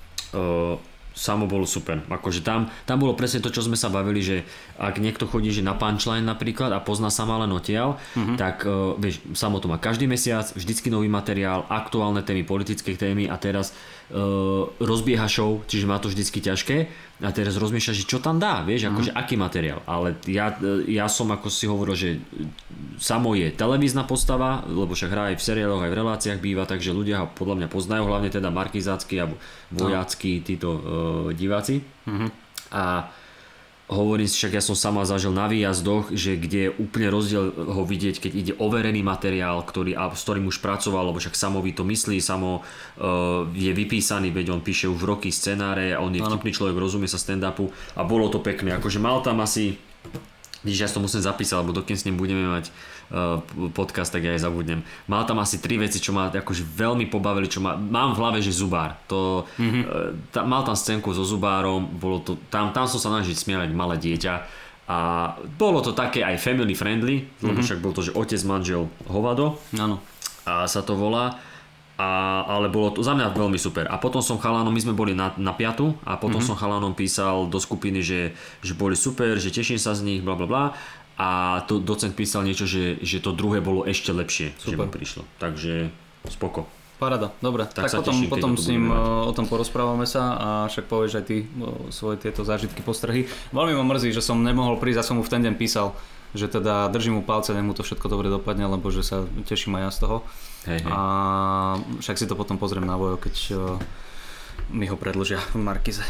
uh, samo bolo super. Akože tam, tam bolo presne to, čo sme sa bavili, že ak niekto chodí že na punchline napríklad a pozná sa ma len odtiaľ, mm-hmm. tak uh, vieš, samo to má každý mesiac, vždycky nový materiál, aktuálne témy, politické témy a teraz uh, rozbieha show, čiže má to vždycky ťažké a teraz rozmýšľa, že čo tam dá, vieš, mm-hmm. akože aký materiál. Ale ja, ja som, ako si hovoril, že samo je televízna postava, lebo však hrá aj v seriáloch, aj v reláciách býva, takže ľudia ho podľa mňa poznajú, hlavne teda markizácky a vojácky títo uh, diváci. Mm-hmm. A hovorím si, však ja som sama zažil na výjazdoch, že kde je úplne rozdiel ho vidieť, keď ide overený materiál, ktorý, a s ktorým už pracoval, lebo však Samovi to myslí, Samo uh, je vypísaný, veď on píše už roky scenáre, on je vtipný človek, rozumie sa stand-upu a bolo to pekné. Akože mal tam asi, když ja to musím zapísať, lebo dokým s ním budeme mať uh, podcast, tak ja aj zabudnem. Mal tam asi tri veci, čo ma akože veľmi pobavili, čo ma, mám v hlave, že zubár. To, mm-hmm. uh, ta, mal tam scénku so zubárom, bolo to, tam, tam som sa nažiť smiať malé dieťa a bolo to také aj family friendly, mm-hmm. lebo však bol to, že otec, manžel, hovado. Áno. A sa to volá. A, ale bolo to za mňa veľmi super. A potom som chalánom, my sme boli na, na piatu a potom mm-hmm. som chalánom písal do skupiny, že, že boli super, že teším sa z nich, bla bla bla. A to docent písal niečo, že, že to druhé bolo ešte lepšie, super. Že mu prišlo. Takže spoko. Paráda, dobre. Tak, tak potom, teším, potom s ním o tom porozprávame sa a však povieš aj ty svoje tieto zážitky, postrehy. Veľmi ma mrzí, že som nemohol prísť a som mu v ten deň písal, že teda držím mu palce, nech mu to všetko dobre dopadne, lebo že sa teším aj ja z toho. Hej, hej. A však si to potom pozriem na vojo, keď uh, mi ho predložia v Markize.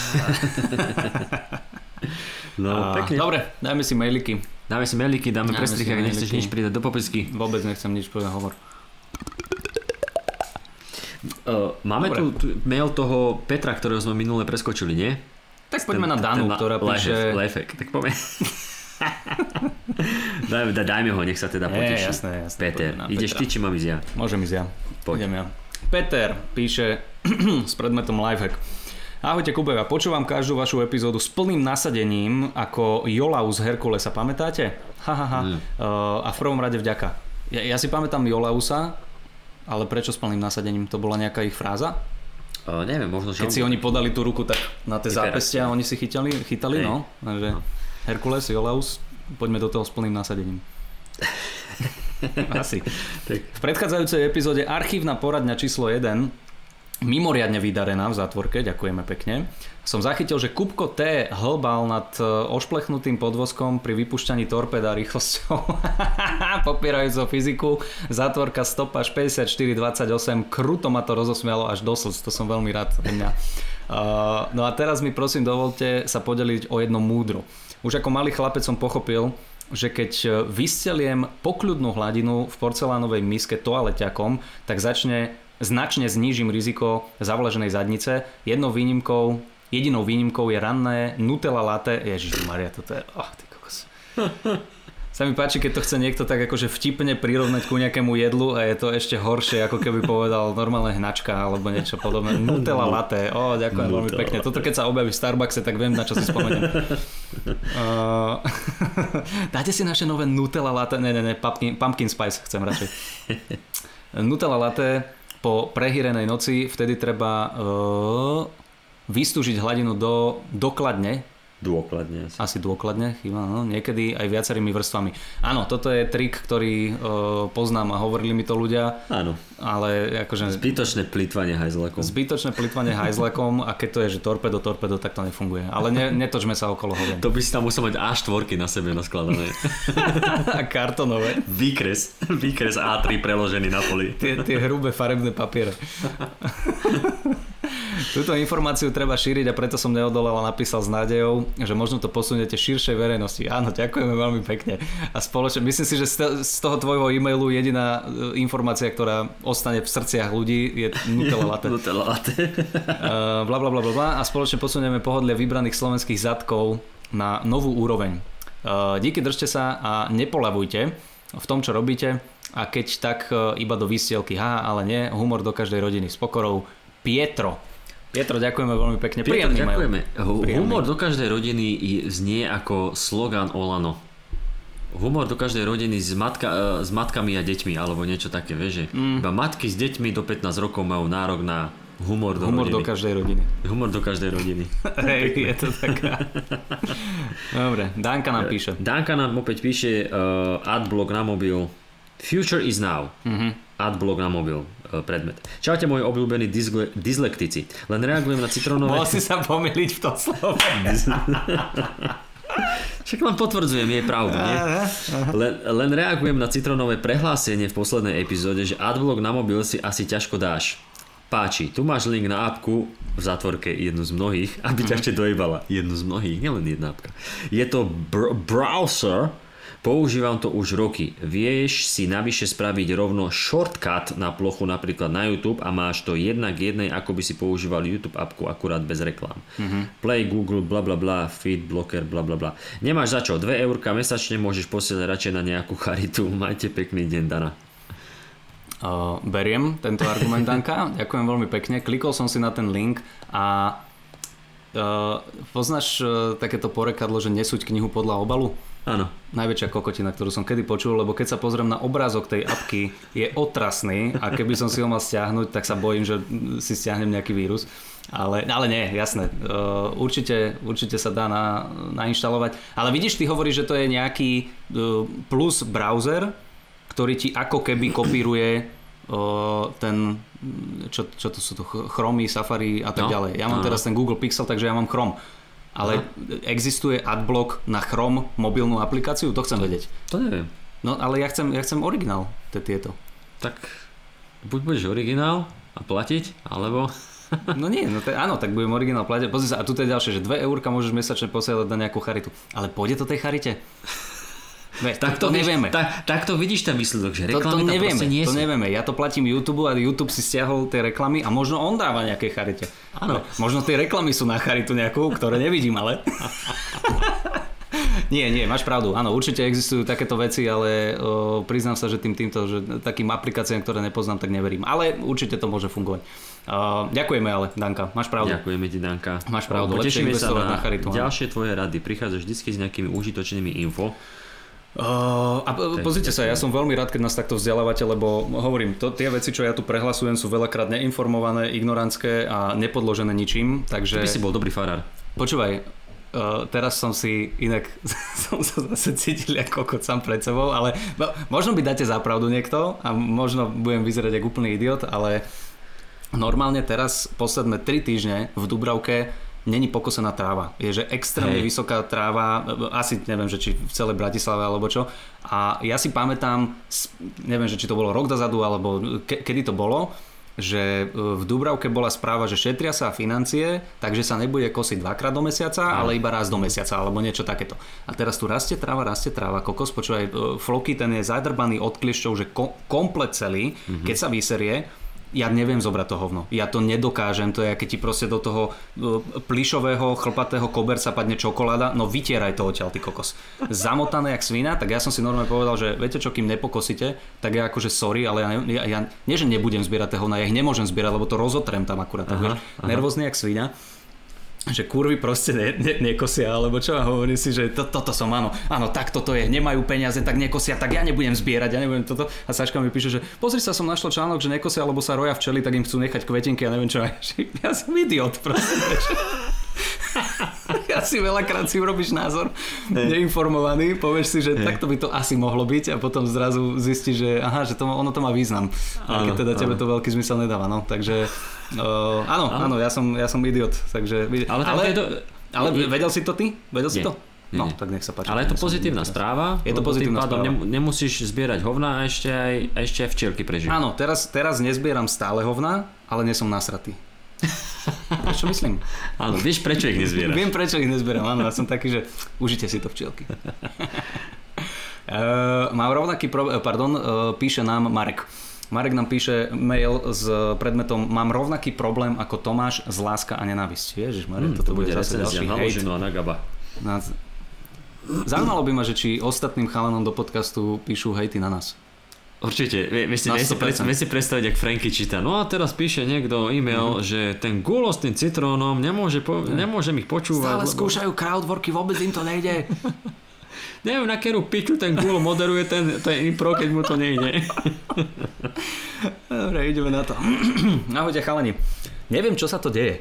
No, pekne. Dobre, dajme si mailiky. Dáme si mailiky, dáme, dáme prestrich, ak nechceš nič pridať do popisky. Vôbec nechcem nič povedať, hovor. Uh, máme tu, tu mail toho Petra, ktorého sme minule preskočili, nie? Tak poďme na Danu, ktorá píše... Lifehack, tak poďme. Daj, dajme ho, nech sa teda poteší. Jasné, jasné. Peter, ideš ty, či mám ísť ja? Môžem ísť ja. Poď. Idem ja. Peter píše s predmetom Lifehack. Ahojte Kubeva, počúvam každú vašu epizódu s plným nasadením ako Jolaus z Herkulesa, pamätáte? Hahaha. Mm. Uh, a v prvom rade vďaka. Ja, ja si pamätám Jolausa, ale prečo s plným nasadením? To bola nejaká ich fráza? Uh, neviem, možno, že... Keď si oni podali tú ruku tak na tie zápestia, oni si chytali, chytali, hey. no. Takže no. Herkules, Jolaus, poďme do toho s plným nasadením. Asi. V predchádzajúcej epizóde Archívna poradňa číslo jeden, mimoriadne vydarená v zátvorke, ďakujeme pekne, som zachytil, že Kupko T hlbal nad ošplechnutým podvozkom pri vypúšťaní torpéda rýchlosťou popierajúco fyziku, zátvorka stopáž päťdesiatštyri dvadsaťosem, kruto ma to rozosmialo až do slz, to som veľmi rád mňa. Uh, no a teraz mi prosím dovolte sa podeliť o jedno múdro. Už ako malý chlapec som pochopil, že keď vysteliem pokľudnú hladinu v porcelánovej miske toaleťakom, tak začne značne znížim riziko zavlaženej zadnice. Jednou výnimkou, jedinou výnimkou je ranné Nutella latte. Ježišmaria, toto je... Oh, ty kokos. Sa mi páči, keď to chce niekto tak akože vtipne prirovnať ku nejakému jedlu a je to ešte horšie, ako keby povedal normálne hnačka alebo niečo podobné. Nutella latte. Ó, oh, ďakujem veľmi pekne. Toto keď sa objaví v Starbuckse, tak viem, na čo si spomeniem. Uh, dáte si naše nové Nutella latte? Ne, ne, ne, pumpkin, pumpkin spice chcem radšej. Nutella latte po prehýrenej noci, vtedy treba uh, vystúžiť hladinu do, dokladne Dôkladne. Asi, asi dôkladne, chyba, no. Niekedy aj viacerými vrstvami. Áno, toto je trik, ktorý uh, poznám a hovorili mi to ľudia. Áno. Ale akože... Zbytočné plýtvanie hajzlekom. Zbytočné plýtvanie hajzlekom a keď to je, že torpedo, torpedo, tak to nefunguje. Ale ne, netočme sa okolo hovien. To by si tam musel mať á štyri na sebe naskladané. A kartonové. Výkres. Výkres á tri preložený na poli. Tie, tie hrubé farebné papiere. Túto informáciu treba šíriť a preto som neodolal a napísal s nádejou, že možno to posuniete širšej verejnosti. Áno, ďakujeme veľmi pekne. A spoločne, myslím si, že z toho tvojho e-mailu jediná informácia, ktorá ostane v srdciach ľudí, je Nutella latte. Nutella latte. uh, bla, bla, bla, bla, bla. A spoločne posunieme pohodlie vybraných slovenských zadkov na novú úroveň. Uh, díky, držte sa a nepoľavujte v tom, čo robíte. A keď tak uh, iba do výstielky. Ha, ale nie. Humor do každej rodiny s pokorou. Pietro. Pietro, ďakujeme veľmi pekne. Pietro, ďakujeme. Príjemný. Humor do každej rodiny znie ako slogán Olano. Humor do každej rodiny s, matka, s matkami a deťmi, alebo niečo také, vieš, že mm. iba matky s deťmi do pätnásť rokov majú nárok na humor do humor rodiny. do každej rodiny. Humor do každej rodiny. Hej, je to taká. Dobre, Danka nám píše. Danka nám opäť píše uh, adblock na mobil. Future is now. Mhm. Adblock na mobil, predmet. Čaute moji obľúbení dysle, dyslektici. Len reagujem na citrónové... Mohol si sa pomýliť v tom slove. Však len potvrdzujem, je pravdu, nie? Len, len reagujem na citrónové prehlásenie v poslednej epizóde, že adblock na mobil si asi ťažko dáš. Páči, tu máš link na apku, v zátvorke jednu z mnohých, aby ťa ešte dojebala. Jednu z mnohých, nielen jedna apka. Je to br- browser. Používam to už roky. Vieš si navyše spraviť rovno shortcut na plochu napríklad na YouTube a máš to jednak jednej, ako by si používal YouTube appku, akurát bez reklám. Mm-hmm. Play, Google, bla bla bla, feed, blocker, bla bla bla. Nemáš za čo, dve eurka mesačne môžeš posielať radšej na nejakú charitu. Majte pekný deň, Dana. Uh, beriem tento argument, Danka. Ďakujem veľmi pekne. Klikol som si na ten link a uh, poznáš uh, takéto porekadlo, že nesúď knihu podľa obalu? Áno. Najväčšia kokotina, ktorú som kedy počul, lebo keď sa pozriem na obrázok tej apky, je otrasný a keby som si ho mal stiahnuť, tak sa bojím, že si stiahnem nejaký vírus. Ale, ale nie, jasné. Uh, určite, určite sa dá na, nainštalovať. Ale vidíš, ty hovoríš, že to je nejaký uh, plus browser, ktorý ti ako keby kopíruje uh, ten, čo, čo to sú to, Chrome, Safari a tak no, ďalej. Ja mám no. teraz ten Google Pixel, takže ja mám Chrome. Ale Aha. existuje adblock na Chrome mobilnú aplikáciu? To chcem vedieť. To neviem. No ale ja chcem, ja chcem originál tieto. Tak buď budeš originál a platiť, alebo... No nie, no te, áno, tak budem originál platiť. Pozri sa, a tu je ďalšie, že dve eurka môžeš mesačne posielať na nejakú charitu. Ale pôjde to tej charite? Ne, tak to, to nevieme. Tak, tak to vidíš ten výsledok, že to, reklamy to tam proste nie to sú. nevieme. Ja to platím YouTube a YouTube si stiahol tie reklamy a možno on dáva nejaké charite. Áno. Možno tie reklamy sú na charitu nejakú, ktoré nevidím, ale... Nie, nie, máš pravdu. Áno, určite existujú takéto veci, ale o, priznám sa, že tým týmto, že takým aplikáciám, ktoré nepoznám, tak neverím. Ale určite to môže fungovať. O, ďakujeme ale, Danka, máš pravdu. Ďakujeme ti, Danka. Máš pravdu, lepšie investovať na, na charitu. Ďalšie tvoje rady. Prichádzaš vždy s nejakými užitočnými info. Uh, a pozrite sa, ja som veľmi rád, keď nás takto vzdelávate, lebo hovorím, to, tie veci, čo ja tu prehlasujem, sú veľakrát neinformované, ignorantské a nepodložené ničím, takže... Ty by si bol dobrý farár. Počúvaj, uh, teraz som si inak som sa zase cítil ako kokot sám pred sebou, ale no, možno by dáte za pravdu niekto a možno budem vyzerať ako úplný idiot, ale normálne teraz posledné tri týždne v Dubravke není pokosená tráva. Je, že extrémne Hej. vysoká tráva, asi neviem, že či v celej Bratislave alebo čo. A ja si pamätám, neviem, že či to bolo rok dozadu, alebo ke- kedy to bolo, že v Dubravke bola správa, že šetria sa financie, takže sa nebude kosiť dvakrát do mesiaca, ale iba raz do mesiaca, alebo niečo takéto. A teraz tu rastie tráva, rastie tráva, kokos, počúvaj, Floky, ten je zadrbaný od kliešťov, že ko- komplet celý, mm-hmm. keď sa vyserie, ja neviem zobrať to hovno. Ja to nedokážem. To je, keď ti proste do toho plyšového, chlpatého koberca padne čokoláda, no vytieraj to odtiaľ, ty kokos. Zamotané jak svina, tak ja som si normálne povedal, že viete čo, kým nepokosíte, tak ja akože sorry, ale ja, ja, ja nie, že nebudem zbierať tie hovna, ja ich nemôžem zbierať, lebo to rozotrem tam akurát. Aha, aha. Nervózny jak svina. Že kurvy proste ne, ne, nekosia, alebo čo, a hovorí si, že to, toto som, áno, áno, tak toto je, nemajú peniaze, tak nekosia, tak ja nebudem zbierať, ja nebudem toto. A Saška mi píše, že pozri sa, som našla článok, že nekosia, alebo sa roja včely, tak im chcú nechať kvetinky, ja neviem čo, ja som idiot proste. Ja asi veľakrát si urobíš názor neinformovaný, povieš si, že takto by to asi mohlo byť a potom zrazu zistíš, že aha, že to, ono to má význam. A keď teda tebe to veľký zmysel nedáva, no. Takže uh, áno, áno, ja som, ja som idiot. Takže, ale, ale, to, ale vedel si to ty? Vedel si nie, to? Nie, no, nie. tak nech sa páči. Ale je to pozitívna správa. Je to pozitívna správa. Nem, nemusíš zbierať hovna a ešte aj, ešte aj včielky prežijú. Áno, teraz, teraz nezbieram stále hovna, ale nie som nasratý. Vieš, čo myslím? Áno, vieš, prečo ich nezbieraš. Viem, prečo ich nezbieram. Áno, ja som taký, že užite si to včielky. uh, mám rovnaký problém, pardon, uh, píše nám Marek. Marek nám píše mail s predmetom mám rovnaký problém ako Tomáš z Láska a nenávisť. Ježiš, Marek, hmm, toto to bude zase ďalší hejt. Na Gaba. Na... Zaujímalo by ma, že či ostatným chalanom do podcastu píšu hejty na nás. Určite. Vie si, si predstaviť, ak Franky číta. No a teraz píše niekto e-mail, mm-hmm. že ten gulo s tým citrónom nemôže, po, nemôžem ich počúvať. Stále lebo... skúšajú crowdworky, vôbec im to nejde. Neviem, na ktorú piču ten gulo moderuje ten, ten impro, keď mu to nejde. Dobre, ideme na to. Ahojte chalani. Neviem, čo sa to deje.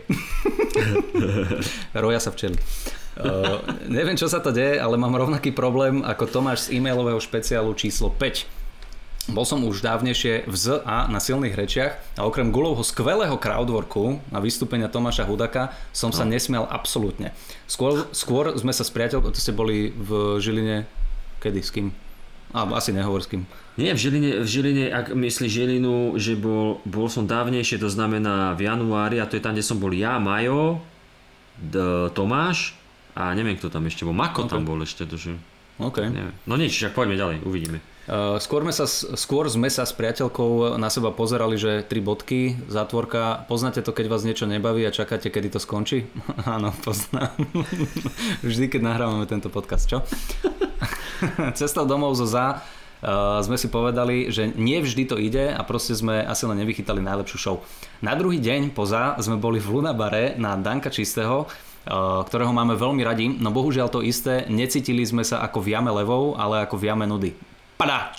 Roja sa včeli. Uh, neviem, čo sa to deje, ale mám rovnaký problém ako Tomáš z e-mailového špeciálu číslo päť. Bol som už dávnejšie v Z A na silných rečiach a okrem gulovho skvelého crowdworku a vystúpenia Tomáša Hudaka som sa no. nesmial absolútne. Skôr, skôr sme sa s priateľkou, to ste boli v Žiline, kedy, s kým? A, asi nehovor s kým. Nie, v Žiline, v Žiline ak myslíš Žilinu, že bol, bol som dávnejšie, to znamená v januári a to je tam, kde som bol ja, Majo, D- Tomáš a neviem, kto tam ešte bol. Mako okay. tam bol ešte, tužím. Okay. No nič, však poďme ďalej, uvidíme. Uh, skôr, sa, skôr sme sa s priateľkou na seba pozerali, že tri bodky, zátvorka. Poznáte to, keď vás niečo nebaví a čakáte, kedy to skončí? Áno, poznám. Vždy, keď nahrávame tento podcast, čo? Cestou domov zo zá uh, sme si povedali, že nie vždy to ide a proste sme asi len nevychytali najlepšiu show. Na druhý deň po zá sme boli v Lunabare na Danka Čistého, ktorého máme veľmi radi, no bohužiaľ to isté, necítili sme sa ako v jame levou, ale ako v jame nudy. Padá!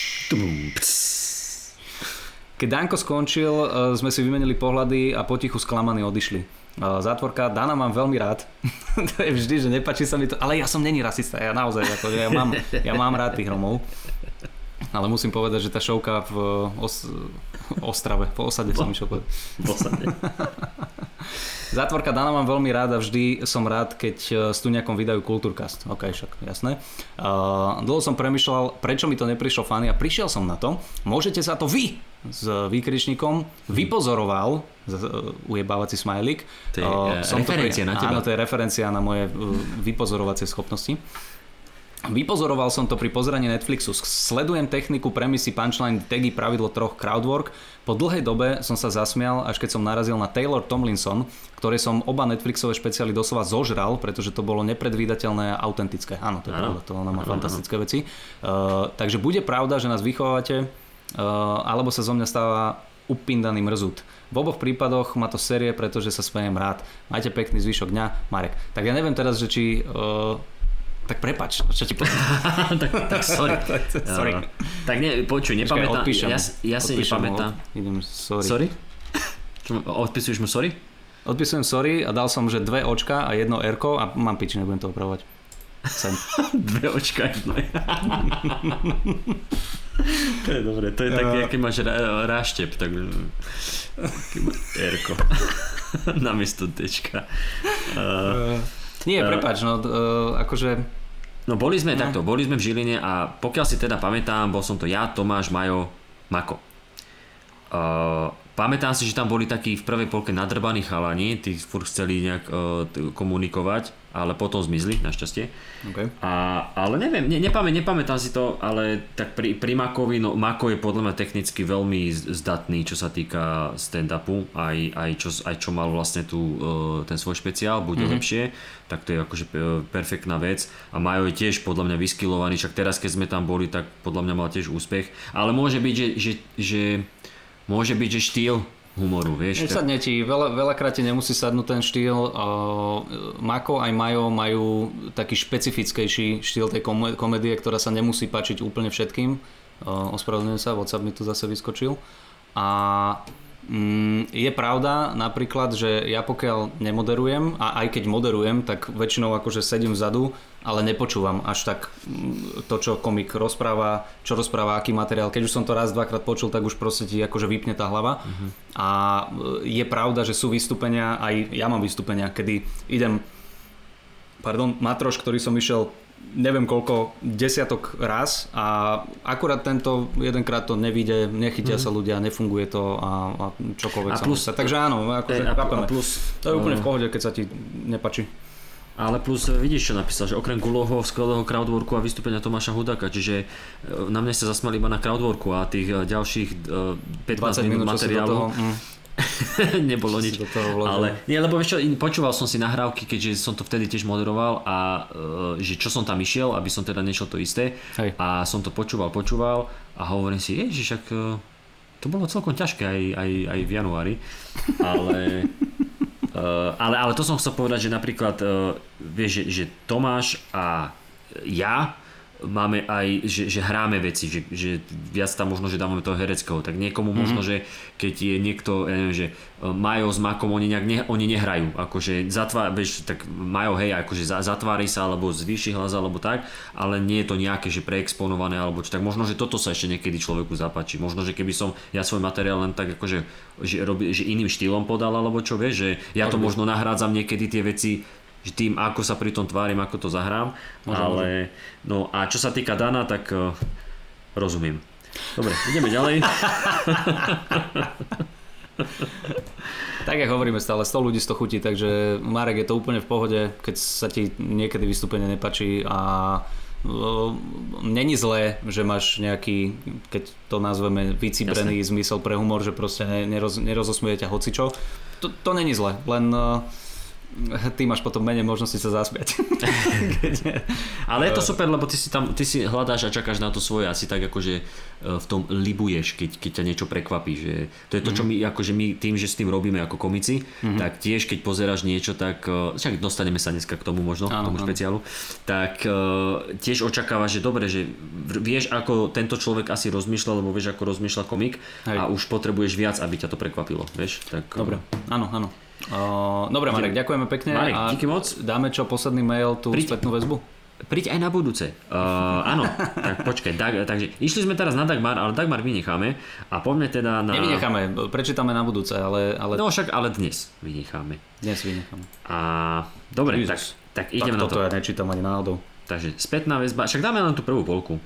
Keď Danko skončil, sme si vymenili pohľady a potichu sklamaní odišli. Zátvorka, Dana mám veľmi rád. To je vždy, že nepáči sa mi to, ale ja som není rasista, ja naozaj, ako, ja, mám, ja mám rád tých Romov. Ale musím povedať, že tá šovka v Os- Ostrave, po osade som išiel povedať. V osade. Zátvorka Dana mám veľmi rád a vždy som rád, keď s Tuňakom vydajú Kultúrkast. Ok, však, jasné. Uh, dlho som premýšľal, prečo mi to neprišlo fany a prišiel som na to. Môžete sa to vy s výkričníkom vypozoroval, uh, ujebávací smajlik. To je uh, referencia pri... na teba. Áno, to je referencia na moje uh, vypozorovacie schopnosti. Vypozoroval som to pri pozeraní Netflixu. Sledujem techniku, premisy, punchline, tagy, pravidlo troch, crowdwork. Po dlhej dobe som sa zasmial, až keď som narazil na Taylor Tomlinson, ktoré som oba Netflixové špeciály doslova zožral, pretože to bolo nepredvídateľné a autentické. Áno, to je pravda, to ona má fantastické veci. Uh, takže bude pravda, že nás vychovávate, uh, alebo sa zo mňa stáva upindaný mrzút. V oboch prípadoch má to série, pretože sa smejem rád. Majte pekný zvyšok dňa, Marek. Tak ja neviem teraz, že či... Uh, Tak prepač, čo ti poviem. tak, tak sorry. sorry. Uh, tak ne, počuj, nepamätám. Odpíšem, ja, ja si nepamätám. Idem, sorry. Sorry? Čo, odpisuješ mu sorry? Odpisujem sorry a dal som, že dve očka a jedno erko a mám piči, nebudem to opravovať. Sem. Dve očka a jedno To je dobre, to je uh, taký, aký máš rá, ráštep, tak erko. Namiesto tečka. Uh, Nie, prepáč, no uh, akože... No boli sme no. takto, boli sme v Žiline a pokiaľ si teda pamätám, bol som to ja, Tomáš, Majo, Mako. Uh, pamätám si, že tam boli takí v prvej polke nadrbaní chalani, tí furt chceli nejak uh, t- komunikovať, ale potom zmizli, našťastie. Okay. A, ale neviem, ne, nepamä, nepamätám si to, ale tak pri, pri Makovi, no Mako je podľa mňa technicky veľmi zdatný, čo sa týka stand-upu, aj, aj, čo, aj čo mal vlastne tu uh, ten svoj špeciál, bude mm-hmm. lepšie, tak to je akože perfektná vec. A Majo je tiež podľa mňa vyskylovaný, však teraz keď sme tam boli, tak podľa mňa mal tiež úspech, ale môže byť, že, že, že môže byť, že štýl humoru, vieš. Nesadne ti, veľa, veľakrát ti nemusí sadnúť ten štýl. Uh, Mako aj Majo majú taký špecifickejší štýl tej kom- komédie, ktorá sa nemusí páčiť úplne všetkým. Uh, ospravedlňujem sa, WhatsApp mi tu zase vyskočil. A Mm, je pravda napríklad, že ja pokiaľ nemoderujem a aj keď moderujem, tak väčšinou akože sedím vzadu, ale nepočúvam až tak to, čo komik rozpráva, čo rozpráva, aký materiál. Keď už som to raz, dvakrát počul, tak už proste ti akože vypne tá hlava. Uh-huh. A je pravda, že sú vystúpenia, aj ja mám vystúpenia, kedy idem, pardon, Matroš, ktorý som išiel neviem koľko, desiatok raz a akurát tento jedenkrát to nevíde, nechytia mm-hmm. sa ľudia, nefunguje to a, a čokoľvek a plus, sa. Takže áno, akože chápeme. To je úplne v pohode, keď sa ti nepačí. Ale plus vidíš, čo napísal, že okrem Gulovho, skvelého crowdworku a vystúpenia Tomáša Hudáka, čiže na mňa sa zasmali iba na crowdworku a tých ďalších pätnásť minút materiálu nebolo nič, ale nie, lebo vieš čo, počúval som si nahrávky, keďže som to vtedy tiež moderoval a že čo som tam išiel, aby som teda nešiel to isté. Hej. A som to počúval, počúval a hovorím si, ježiš, však to bolo celkom ťažké aj, aj, aj v januári, ale, ale, ale to som chcel povedať, že napríklad vieš, že, že Tomáš a ja máme aj, že, že hráme veci, že, že viac tam možno, že dávame toho hereckého, tak niekomu mm-hmm. možno, že keď je niekto, ja neviem, že Majo s Makom, oni, nejak ne, oni nehrajú, akože zatvár, vieš, tak Majo, hej, akože zatvári sa, alebo zvýši hlas, alebo tak, ale nie je to nejaké, že preexponované, alebo čo, tak možno, že toto sa ešte niekedy človeku zapáči, možno, že keby som ja svoj materiál len tak akože, že, robi, že iným štýlom podal, alebo čo, vieš, že ja to možno nahrádzam niekedy tie veci tým, ako sa pri tom tvárim, ako to zahrám, môžem, ale môžem. No a čo sa týka Dana, tak uh, rozumiem. Dobre, ideme ďalej. Tak jak hovoríme stále, sto ľudí sto chutí, takže Marek, je to úplne v pohode, keď sa ti niekedy vystúpenie nepačí a uh, není zlé, že máš nejaký, keď to nazveme vycibrený zmysel pre humor, že proste neroz, nerozosmuje ťa hocičo. To, to není zlé, len uh, ty máš potom menej možnosti sa zasmiať. Ale je to super, lebo ty si tam, ty si hľadáš a čakáš na to svoje, asi tak akože v tom libuješ, keď, keď ťa niečo prekvapí, že to je to, čo my, akože my tým, že s tým robíme ako komici, mm-hmm. tak tiež keď pozeráš niečo, tak však dostaneme sa dneska k tomu možno, áno, k tomu áno. špeciálu, tak tiež očakávaš, že dobre, že vieš, ako tento človek asi rozmýšľa, lebo vieš, ako rozmýšľa komik. Hej. A už potrebuješ viac, aby ťa to prekvapilo, vieš? Tak, dobre, áno, áno. Uh, dobre, Marek, ďakujeme pekne. Marek, a díky moc. Dáme čo, posledný mail, tú Príď, spätnú väzbu? Príď aj na budúce. Uh, áno, tak počkaj. Dag, takže išli sme teraz na Dagmar, ale Dagmar vynecháme a poďme teda na... Nevynecháme, prečítame na budúce, ale... ale... No však, ale dnes vynecháme. Dnes vynecháme. A dobre, tak, tak ideme tak na to. Tak toto ja nečítam ani náhodou. Takže spätná väzba, však dáme len tú prvú polku.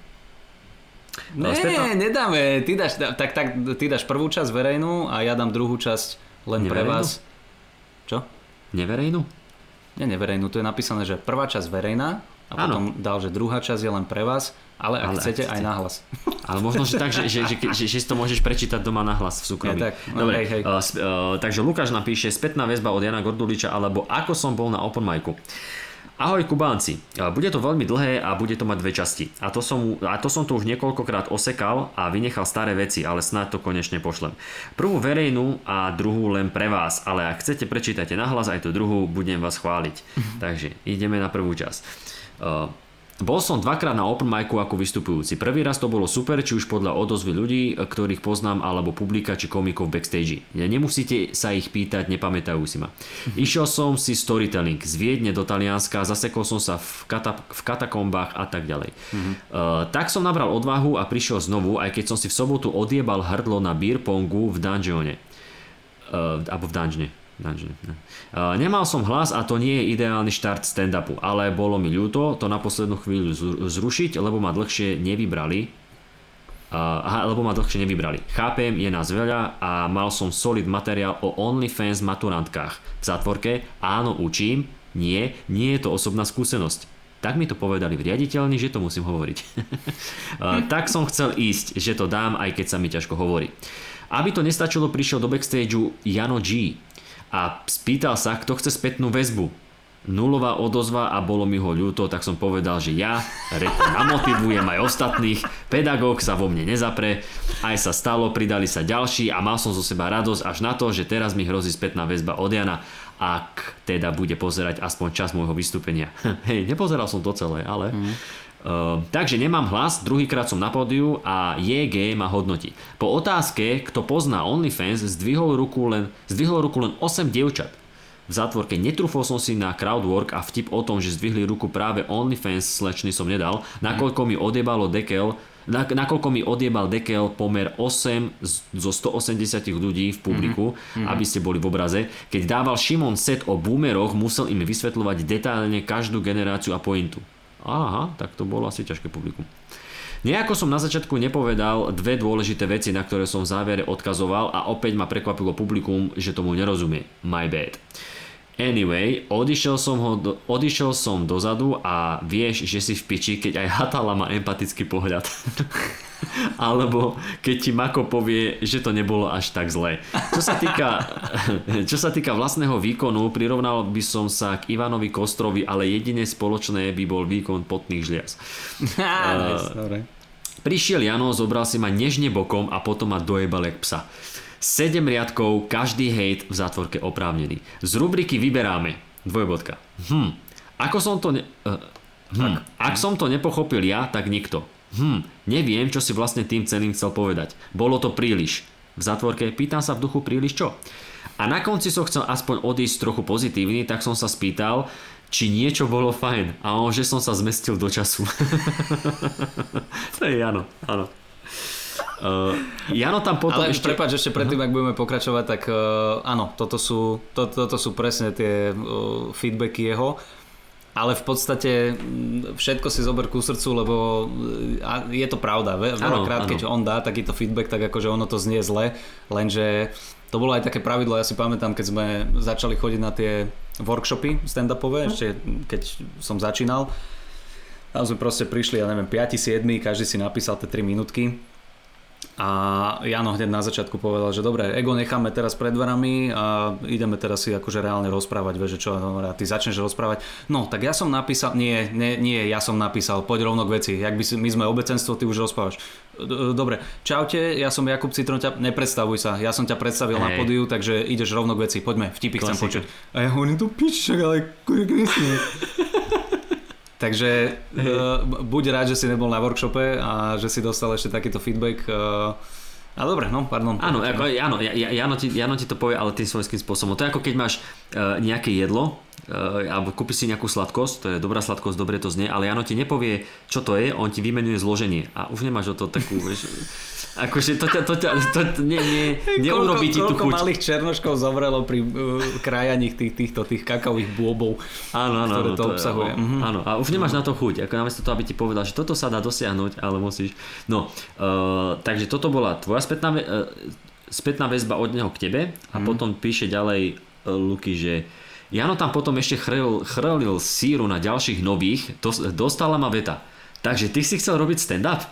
Nie, spätná... nedáme. Ty dáš, tak, tak, ty dáš prvú časť verejnú a ja dám druhú časť len Neverejnú? Pre vás. Čo? Neverejnú? Nie, neverejnú. Tu je napísané, že prvá časť verejná a ano. Potom dal, že druhá časť je len pre vás, ale ak ale chcete, ak chcete aj nahlas. Ale možno, že tak, že, že, že, že, že si to môžeš prečítať doma nahlas v súkromí. Ja, tak. No, dobre, hej, hej. Uh, uh, takže Lukáš napíše spätná väzba od Jana Gorduliča alebo ako som bol na open micu. Ahoj Kubánci, bude to veľmi dlhé a bude to mať dve časti. A to som, a to som tu už niekoľkokrát osekal a vynechal staré veci, ale snáď to konečne pošlem. Prvú verejnú a druhú len pre vás, ale ak chcete, prečítajte nahlas aj tú druhú, budem vás chváliť. Takže ideme na prvú časť. Uh, Bol som dvakrát na open micu ako vystupujúci. Prvý raz to bolo super, či už podľa odozvy ľudí, ktorých poznám, alebo publika či komikov v backstage. Nemusíte sa ich pýtať, nepamätajú si ma. Išiel som si storytelling z Viedne do Talianska, zasekol som sa v, kata- v katakombách a tak ďalej. Mm-hmm. Uh, tak som nabral odvahu a prišiel znovu, aj keď som si v sobotu odjebal hrdlo na beer pongu v dungeone. Uh, alebo v dungeone. Uh, nemal som hlas a to nie je ideálny štart stand-upu, ale bolo mi ľúto to na poslednú chvíľu zrušiť, lebo ma dlhšie nevybrali. Uh, aha, lebo ma dlhšie nevybrali. Chápem, je nás veľa a mal som solid materiál o OnlyFans maturantkách. V zátvorke, áno, učím, nie, nie je to osobná skúsenosť. Tak mi to povedali v riaditeľni, že to musím hovoriť. uh, tak som chcel ísť, že to dám, aj keď sa mi ťažko hovorí. Aby to nestačilo, prišiel do backstageu Jano G. A spýtal sa, kto chce spätnú väzbu. Nulová odozva a bolo mi ho ľúto, tak som povedal, že ja reku namotivujem aj ostatných, pedagóg sa vo mne nezapre, aj sa stalo, pridali sa ďalší a mal som zo seba radosť až na to, že teraz mi hrozí spätná väzba od Jana, ak teda bude pozerať aspoň čas môjho vystúpenia. Hej, nepozeral som to celé, ale... Mm. Uh, takže nemám hlas, druhýkrát som na pódiu a jé gé ma hodnotí. Po otázke, kto pozná OnlyFans, zdvihol ruku len, zdvihol ruku len osem dievčat. V zátvorke netrúfol som si na crowdwork a vtip o tom, že zdvihli ruku práve OnlyFans slečny som nedal, nakoľko mi odjebalo dekel, na, nakoľko mi odjebal dekel pomer osem zo stoosemdesiat ľudí v publiku, mm-hmm. aby ste boli v obraze. Keď dával Šimon set o boomeroch, musel im vysvetľovať detailne každú generáciu a pointu. Aha, tak to bolo asi ťažké publikum. Nejako som na začiatku nepovedal dve dôležité veci, na ktoré som v závere odkazoval a opäť ma prekvapilo publikum, že tomu nerozumie. My bad. Anyway, odišiel som, ho do, odišiel som dozadu a vieš, že si v piči, keď aj Hatala má empatický pohľad. Alebo keď ti Mako povie, že to nebolo až tak zlé. Čo sa týka, čo sa týka vlastného výkonu, prirovnal by som sa k Ivanovi Kostrovi, ale jedine spoločné by bol výkon potných žliaz. uh, prišiel Jano, zobral si ma nežne bokom a potom ma dojebal jak psa. sedem riadkov, každý hejt v zátvorke oprávnený. Z rubriky vyberáme. Dvojbodka. Hm. Ako som to... Ne... Uh, hm. Ak som to nepochopil ja, tak nikto. Hm, neviem, čo si vlastne tým celým chcel povedať. Bolo to príliš. V zátvorke pýtam sa v duchu príliš čo? A na konci som chcel aspoň odísť trochu pozitívny, tak som sa spýtal, či niečo bolo fajn. A on, že som sa zmestil do času. To je Jano, áno. Uh, Jano tam potom ale ešte... prepáč, ešte predtým, uh-huh. ak budeme pokračovať, tak uh, áno, toto sú, to, toto sú presne tie uh, feedbacky jeho. Ale v podstate všetko si zober ku srdcu, lebo je to pravda. Veľakrát, keď on dá takýto feedback, tak akože ono to znie zle, lenže to bolo aj také pravidlo, ja si pamätám, keď sme začali chodiť na tie workshopy stand-upové, ešte keď som začínal, tam sme proste prišli, ja neviem, päť sedem, každý si napísal tie tri minútky. A Jano hneď na začiatku povedal, že dobre, ego necháme teraz pred dverami a ideme teraz si akože reálne rozprávať, vieš, že čo, a ty začneš rozprávať. No, tak ja som napísal, nie, nie, nie, ja som napísal, poď rovno k veci, jak by si, my sme obecenstvo, ty už rozprávaš. Dobre, čaute, ja som Jakub Citron, ťa, nepredstavuj sa, ja som ťa predstavil hey. na pódiu, takže ideš rovno k veci, poďme, vtipy chcem počuť. A ja hovorím, to pič, ale kurikrisne. Takže uh, buď rád, že si nebol na workshope a že si dostal ešte takýto feedback. Uh, a dobre, no, pardon. Áno, ako, áno Jano, ti, Jano ti to povie, ale tým svojským spôsobom. To je ako keď máš uh, nejaké jedlo, uh, alebo kúpiš si nejakú sladkosť, to je dobrá sladkosť, dobre to znie, ale Jano ti nepovie, čo to je, on ti vymenuje zloženie. A už nemáš o to takú, vieš... Akože to ťa, to ťa, to, nie, nie, neurobí ti tú chuť. Koľko malých černoškov zomrelo pri uh, krájaní tých, týchto, tých kakavých bôbov, áno, áno, ktoré to, to obsahuje. Áno, mm-hmm. áno, a už nemáš na to chuť, ako namiesto toho, aby ti povedal, že toto sa dá dosiahnuť, ale musíš. No, uh, takže toto bola tvoja spätná, uh, spätná väzba od neho k tebe a mm. potom píše ďalej uh, Luky, že Jano tam potom ešte chrlil, chrlil síru na ďalších nových, to, dostala ma veta. Takže ty si chcel robiť stand-up?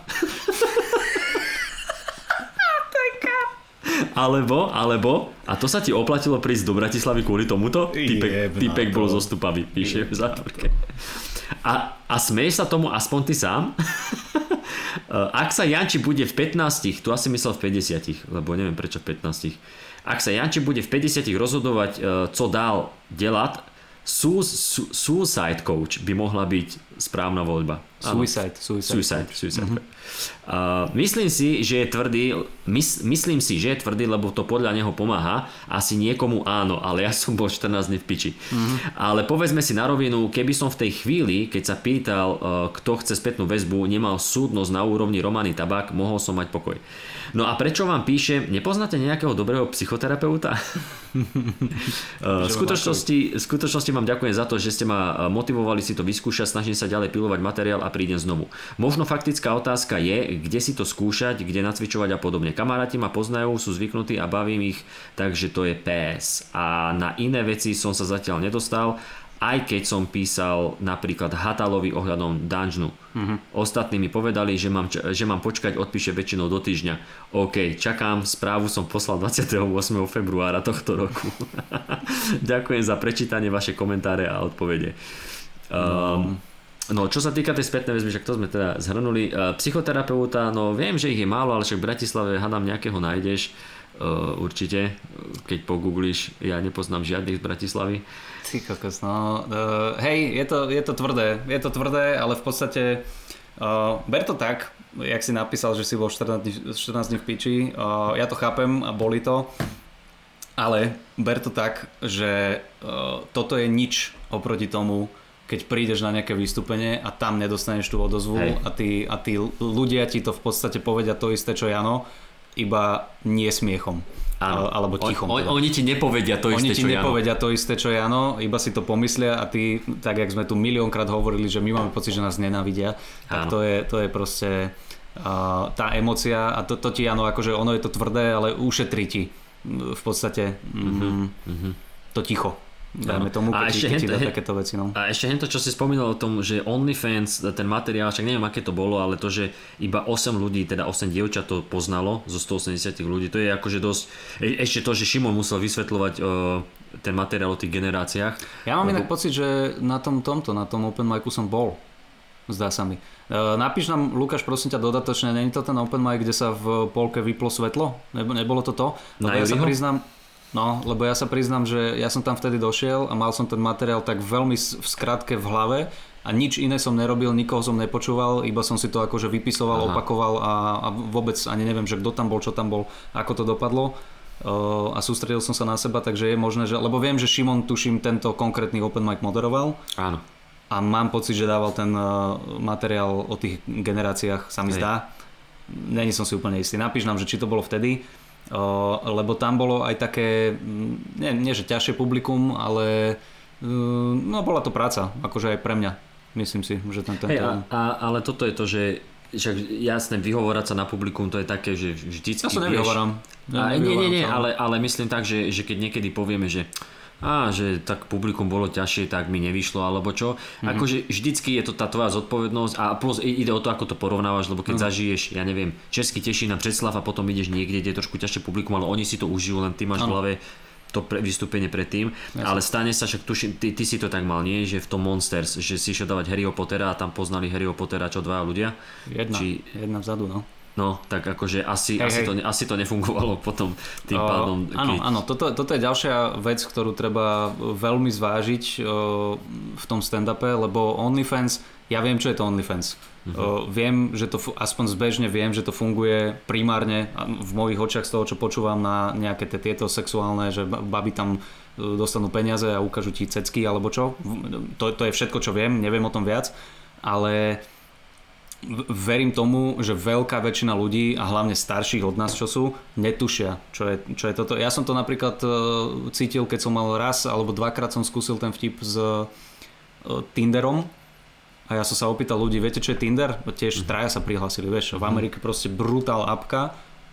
Alebo, alebo, a to sa ti oplatilo prísť do Bratislavy kvôli tomuto? Typek, typek bol zostupavý, píše v zátvorke. A, a smeješ sa tomu aspoň ty sám? Ak sa Janči bude v pätnástich, tu asi myslel v päťdesiatich, lebo neviem prečo v pätnástich. Ak sa Janči bude v päťdesiatich rozhodovať, co dál delať, Su, su, suicide coach by mohla byť správna voľba. Suicide, suicide. Suicide, suicide. Mm-hmm. Uh, myslím si, že je tvrdý, mys, myslím si, že je tvrdý, lebo to podľa neho pomáha. Asi niekomu áno, ale ja som bol štrnásť dní v piči. Mm-hmm. Ale povedzme si na rovinu, keby som v tej chvíli, keď sa pýtal, uh, kto chce spätnú väzbu, nemal súdnosť na úrovni Romany Tabak, mohol som mať pokoj. No a prečo vám píšem, nepoznáte nejakého dobrého psychoterapeuta? v, skutočnosti, v skutočnosti vám ďakujem za to, že ste ma motivovali si to vyskúšať, snažím sa ďalej pilovať materiál a prídem znovu. Možno faktická otázka je, kde si to skúšať, kde nacvičovať a podobne. Kamaráti ma poznajú, sú zvyknutí a bavím ich, takže to je pés. A na iné veci som sa zatiaľ nedostal, aj keď som písal napríklad Hatalovi ohľadom dungeonu. Mm-hmm. Ostatní mi povedali, že mám, že mám počkať, odpíše väčšinou do týždňa. OK, čakám, správu som poslal dvadsiateho ôsmeho februára tohto roku. Ďakujem za prečítanie, vaše komentáre a odpovede. Um, no, čo sa týka tej spätnej väzby, že to sme teda zhrnuli. Uh, psychoterapeuta, no viem, že ich je málo, ale však v Bratislave hádam nejakého nájdeš. Uh, určite, keď pogooglíš, ja nepoznám žiadnych z Bratislavy. Ty kokos, no, uh, hej, je to, je to tvrdé, je to tvrdé, ale v podstate Uh, ber to tak, jak si napísal, že si bol štrnásť dní, štrnásť dní v piči, uh, ja to chápem a boli to, ale ber to tak, že uh, toto je nič oproti tomu, keď prídeš na nejaké vystúpenie a tam nedostaneš tú odozvu a tí, a tí ľudia ti to v podstate povedia to isté, čo Jano, iba nie smiechom. Áno. Alebo tichom. On, on, oni ti nepovedia to oni isté, čo Jano. Oni ti nepovedia to isté, čo Jano, iba si to pomyslia a ty, tak jak sme tu miliónkrát hovorili, že my máme pocit, že nás nenávidia, tak to je, to je proste uh, tá emócia a to, to ti Jano, akože ono je to tvrdé, ale ušetrí ti v podstate mm, mm-hmm. to ticho. Dajme tomu, keď ti, keď ti dá takéto veci. No. A ešte hento, čo si spomínal o tom, že OnlyFans, ten materiál, však neviem, aké to bolo, ale to, že iba osem ľudí, teda osem dievčat to poznalo zo stoosemdesiat ľudí, to je akože dosť... Ešte to, že Šimon musel vysvetľovať uh, ten materiál o tých generáciách. Ja mám lebo... inak pocit, že na tom tomto, na tom open micu som bol. Zdá sa mi. Uh, napíš nám, Lukáš, prosím ťa, dodatočne, není to ten open mic, kde sa v polke vyplo svetlo? Nebo, nebolo to to? Na ja sa Juriho? priznám, No, lebo ja sa priznám, že ja som tam vtedy došiel a mal som ten materiál tak veľmi v skratke v hlave a nič iné som nerobil, nikoho som nepočúval, iba som si to akože vypisoval, Aha. opakoval a, a vôbec ani neviem, že kto tam bol, čo tam bol, ako to dopadlo uh, a sústredil som sa na seba, takže je možné, že, lebo viem, že Šimon, tuším, tento konkrétny open mic moderoval. Áno. A mám pocit, že dával ten uh, materiál o tých generáciách, sa mi Hej. zdá. Není som si úplne istý. Napíš nám, že či to bolo vtedy. Uh, lebo tam bolo aj také, nie, nie že ťažšie publikum, ale uh, no bola to práca, akože aj pre mňa, myslím si, že ten tento... Hey, a, a, ale toto je to, že však jasné, vyhovorať sa na publikum, to je také, že vždycky... Ja sa nevyhovorám. Ja nie, nie, nie, ale, ale myslím tak, že, že keď niekedy povieme, že á, že tak publikum bolo ťažšie, tak mi nevyšlo, alebo čo. Mm-hmm. Akože vždycky je to tá tvoja zodpovednosť a plus ide o to, ako to porovnávaš, lebo keď mm-hmm. zažiješ, ja neviem, Český Tešiň na Břeclav a potom ideš niekde, kde je trošku ťažšie publikum, ale oni si to užijú, len ty máš v hlave to pre, vystúpenie predtým, Jasne. ale stane sa, však tuším, ty, ty si to tak mal, nie? Že v tom Monsters, že si išiel dávať Harryho Pottera a tam poznali Harryho Pottera čo dvaja ľudia? Jedna, Či... jedna vzadu, no. No, tak akože asi, hej, asi, hej. To, asi to nefungovalo potom tým o, pádom. Áno, keď... áno, toto, toto je ďalšia vec, ktorú treba veľmi zvážiť o, v tom stand-upe, lebo OnlyFans, ja viem, čo je to OnlyFans. Uh-huh. O, viem, že to, aspoň zbežne viem, že to funguje primárne v mojich očiach z toho, čo počúvam na nejaké tieto sexuálne, že baby tam dostanú peniaze a ukážu ti cecky alebo čo. To, to je všetko, čo viem, neviem o tom viac, ale... Verím tomu, že veľká väčšina ľudí a hlavne starších od nás, čo sú, netušia, čo je, čo je toto. Ja som to napríklad cítil, keď som mal raz alebo dvakrát som skúsil ten vtip s Tinderom a ja som sa opýtal ľudí, viete čo je Tinder? Tiež traja sa prihlásili, vieš, v Amerike proste brutál apka,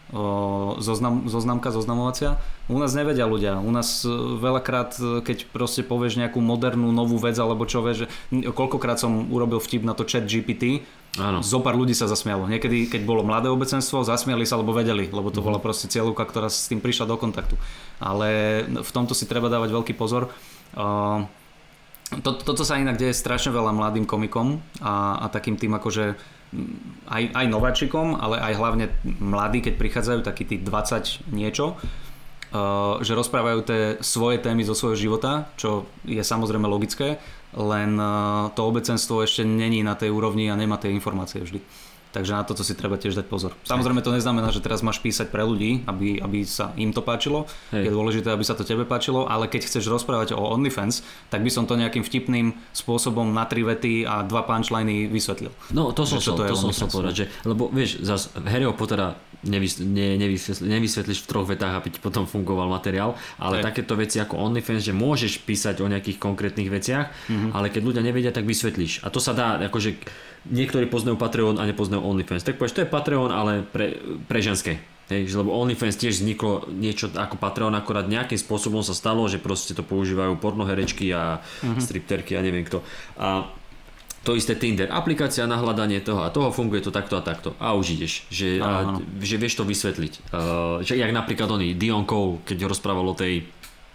zoznam, zoznamka, zoznamovacia. U nás nevedia ľudia. U nás veľakrát, keď proste povieš nejakú modernú novú vec alebo čo vieš, koľkokrát som urobil vtip na to chat G P T, Áno. Zopár ľudí sa zasmialo. Niekedy, keď bolo mladé obecenstvo, zasmiali sa, lebo vedeli, lebo to bola proste cieľovka, ktorá s tým prišla do kontaktu. Ale v tomto si treba dávať veľký pozor. Uh, to, toto sa inak deje strašne veľa mladým komikom a, a takým tým akože aj, aj nováčikom, ale aj hlavne mladí, keď prichádzajú takí tí dvadsať niečo, uh, že rozprávajú tie svoje témy zo svojho života, čo je samozrejme logické, len uh, to obecenstvo ešte není na tej úrovni a nemá tie informácie vždy. Takže na toto si treba tiež dať pozor. Samozrejme to neznamená, že teraz máš písať pre ľudí, aby, aby sa im to páčilo. Hej. Je dôležité, aby sa to tebe páčilo, ale keď chceš rozprávať o OnlyFans, tak by som to nejakým vtipným spôsobom na tri vety a dva punchliny vysvetlil. No to som chcel, to, to som chcel povedať, že, lebo vieš, zase Harryho Pottera nevys, ne, nevysvetlíš, nevysvetlíš v troch vetách, aby ti potom fungoval materiál, ale Hej. takéto veci ako OnlyFans, že môžeš písať o nejakých konkrétnych veciach, mm-hmm. ale keď ľudia nevedia, tak vysvetlíš. A to sa dá, akože niektorí poznajú Patreon a nepoznajú OnlyFans. Tak povieš, to je Patreon, ale pre, pre ženské. Hej, lebo OnlyFans tiež vzniklo niečo ako Patreon, akorát nejakým spôsobom sa stalo, že proste to používajú pornoherečky a mm-hmm. stripterky a neviem kto. A to isté Tinder, aplikácia na hľadanie toho a toho, funguje to takto a takto. A už ideš, že, a, že vieš to vysvetliť. Uh, že jak napríklad oni, Dion Cole, keď rozprával o tej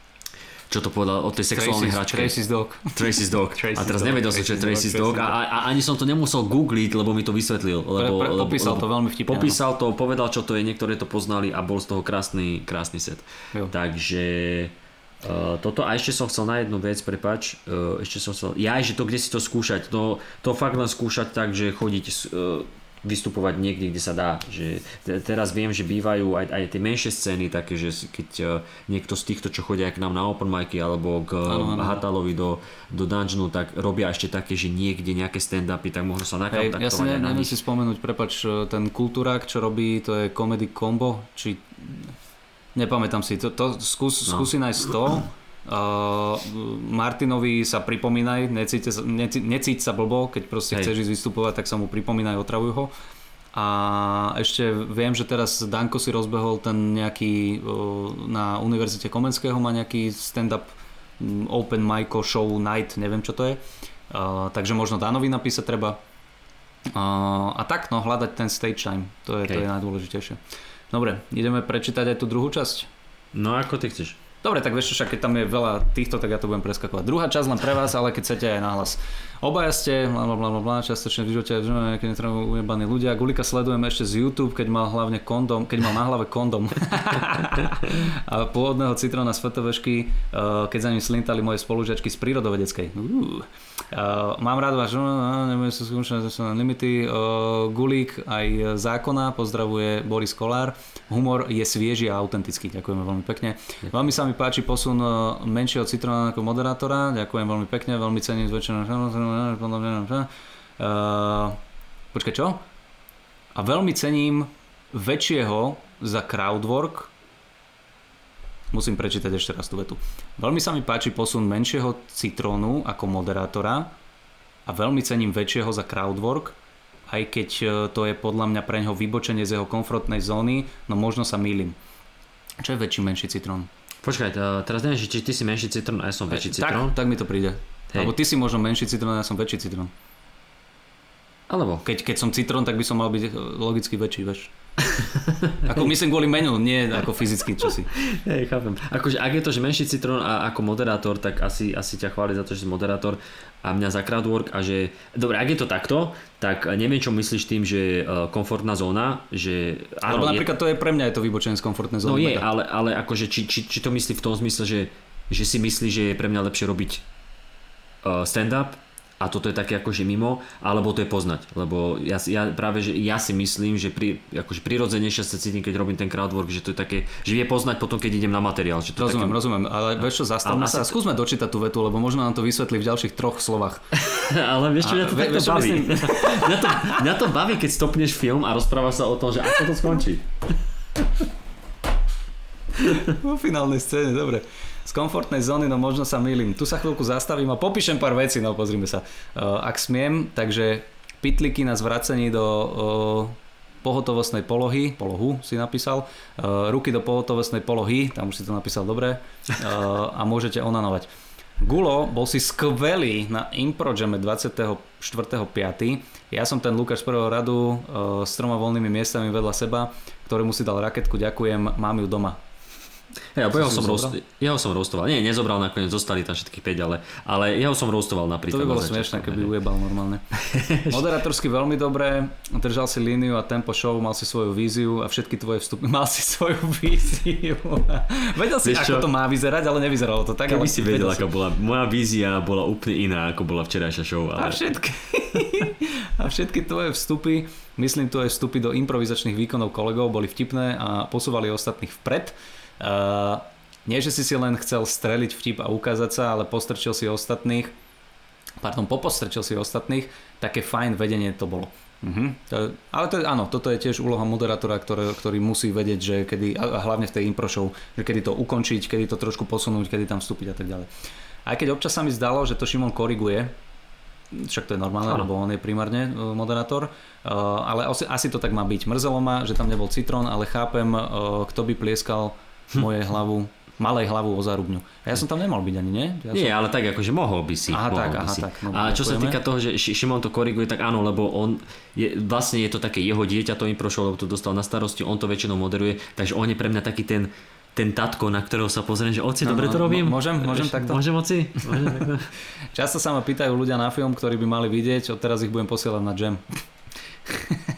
čo to povedal o tej sexuálnej hračke. Tracy's Dog. Tracy's Dog. Tracy's a teraz nevedel som, čo je Tracy's Dog a, a ani som to nemusel googliť, lebo mi to vysvetlil. Lebo, pre, pre, popísal lebo, to veľmi vtipne. Popísal to, povedal, čo to je, niektoré to poznali a bol z toho krásny, krásny set. Jo. Takže Uh, toto a ešte som chcel na jednu vec, prepáč, uh, ešte som chcel, ja že to kde si to skúšať, no to fakt len skúšať tak, že chodiť uh, vystupovať niekde, kde sa dá. Že te, teraz viem, že bývajú aj, aj tie menšie scény také, že keď uh, niekto z týchto, čo chodia k nám na open micy alebo k uh, Hatalovi do, do dungeonu, tak robia ešte také, že niekde nejaké stand-upy, tak možno sa nakontaktovať. Hey, ja si ne, neviem si spomenúť, prepáč, ten Kultúrák, čo robí, to je Comedy Combo, či nepamätám si, to, to skús, no. skúsi nájsť to. Uh, Martinovi sa pripomínaj, necíť, necíť, necíť sa blbo, keď proste Hej. chceš ísť vystupovať, tak sa mu pripomínaj, otravuj ho. A ešte viem, že teraz Danko si rozbehol ten nejaký uh, na Univerzite Komenského má nejaký stand-up um, open mic show night, neviem čo to je. Uh, takže možno Danovi napísať treba. Uh, a tak, no, hľadať ten stage time, to je, to je najdôležitejšie. Dobre, ideme prečítať aj tú druhú časť? No ako ty chceš. Dobre, tak vieš čo, však keď tam je veľa týchto, tak ja to budem preskakovať. Druhá časť len pre vás, ale keď chcete aj nahlas. Obaja ste, blablabla, častočne v živote, keď netrebujú ujebaní ľudia. Gulika sledujem ešte z YouTube, keď mal hlavne kondom, keď mal na hlave kondom. A pôvodného Citróna z fotovešky, keď za ním slintali moje spolužiačky z prírodovedeckej. Uh. Uh, mám rád váš, nebudem sa skúšať, že sú na limity. Uh, Gulík aj zákona, pozdravuje Boris Kolár. Humor je svieži a autentický. Ďakujeme veľmi pekne. Veľmi sa mi páči posun menšieho Citróna ako moderátora. Ďakujem veľmi pekne, veľmi cením zväčšenou. Uh, počkaj, čo? A veľmi cením väčšieho za crowdwork. Musím prečítať ešte raz tú vetu. Veľmi sa mi páči posun menšieho Citrónu ako moderátora a veľmi cením väčšieho za crowdwork, aj keď to je podľa mňa pre ňoho vybočenie z jeho komfortnej zóny, no možno sa mýlim. Čo je väčší, menší Citrón? Počkaj, teraz neviem, či ty si menší Citrón a ja som väčší Citrón. Tak, tak mi to príde. Hej. Alebo ty si možno menší Citrón a ja som väčší Citrón. Alebo? Keď, keď som Citrón, tak by som mal byť logicky väčší, vieš. Ako myslím kvôli menu, nie ako fyzicky, čo si. Hej, chápem. Akože ak je to, že menší Citrón a ako moderátor, tak asi, asi ťa chváli za to, že si moderátor a mňa za crowdwork a že... Dobre, ak je to takto, tak neviem, čo myslíš tým, že komfortná zóna, že... Áno, lebo napríklad je... to je pre mňa je to vybočenie z komfortnej zóny. No je, ale, ale akože či, či, či to myslí v tom zmysle, že, že si myslí, že je pre mňa lepšie robiť uh, stand-up a toto je také akože mimo, alebo to je poznať, lebo ja, ja práve, že ja si myslím, že pri, akože prirodzenejšie sa cítim, keď robím ten crowdwork, že to je také, že vie poznať potom, keď idem na materiál. Že to rozumiem, také... rozumiem, ale vieš čo, zastavme sa, asi... skúsme dočítať tú vetu, lebo možno nám to vysvetlí v ďalších troch slovách. Ale vieš čo, mňa to takto vieš, baví. Myslím... mňa, to, mňa to baví, keď stopneš film a rozprávaš sa o tom, že ako to skončí. Vo finálnej scéne, dobre. Z komfortnej zóny, no možno sa mýlim. Tu sa chvíľku zastavím a popíšem pár vecí, no pozrime sa. Uh, ak smiem, takže pitliky na zvracení do uh, pohotovostnej polohy, polohu si napísal, uh, ruky do pohotovostnej polohy, tam už si to napísal dobre, uh, a môžete onanovať. Gulo, bol si skvelý na Impro Jame dvadsiateho štvrtého piateho Ja som ten Lukáš prvého radu uh, s troma voľnými miestami vedľa seba, ktorému si dal raketku, ďakujem, mám ju doma. Ja, ja, som rost, ja ho som roastoval. Nie, nezobral nakoniec, zostali tam všetky päť, ale, ale ja ho som roastoval napríklad. To by bolo smiešné, keby ujebal normálne. Moderátorsky veľmi dobre, držal si líniu a tempo show, mal si svoju víziu a všetky tvoje vstupy, mal si svoju víziu. Vedel si, ako to má vyzerať, ale nevyzeralo to tak. Keby ale si vedel, aká bola, moja vízia bola úplne iná, ako bola včerajšia show. Ale... A všetky, a všetky tvoje vstupy, myslím tvoje vstupy do improvizačných výkonov kolegov boli vtipné a posúvali ostatných vpred. Uh, nie, že si si len chcel streliť vtip a ukázať sa, ale postrčil si ostatných, pardon, popostrčil si ostatných, také fajn vedenie to bolo. Uh-huh. To, ale to, áno, toto je tiež úloha moderátora, ktorý, ktorý musí vedieť, že kedy, a hlavne v tej impro show, že kedy to ukončiť, kedy to trošku posunúť, kedy tam vstúpiť a tak ďalej. Aj keď občas sa mi zdalo, že to Šimon koriguje, však to je normálne, ano. Lebo on je primárne moderátor, uh, ale asi, asi to tak má byť. Mrzelo ma, že tam nebol Citrón, ale chápem, uh, kto by plieskal moje hlavu, malej hlavu o zárubňu. A ja som tam nemal byť ani, nie? Ja nie, som... ale tak akože mohol by si. Aha, mohol tak, by aha, si. tak. No, a čo sa týka toho, že Šimon to koriguje, tak áno, lebo on je, vlastne je to také jeho dieťa, to impro show, lebo to dostal na starosti, on to väčšinou moderuje, takže on je pre mňa taký ten ten tatko, na ktorého sa pozriem, že oci, no, dobre to robím? Môžem, môžem takto? Môžem, oci? Môžem takto? Často sa ma pýtajú ľudia na film, ktorí by mali vidieť, odteraz ich budem posielať na jam.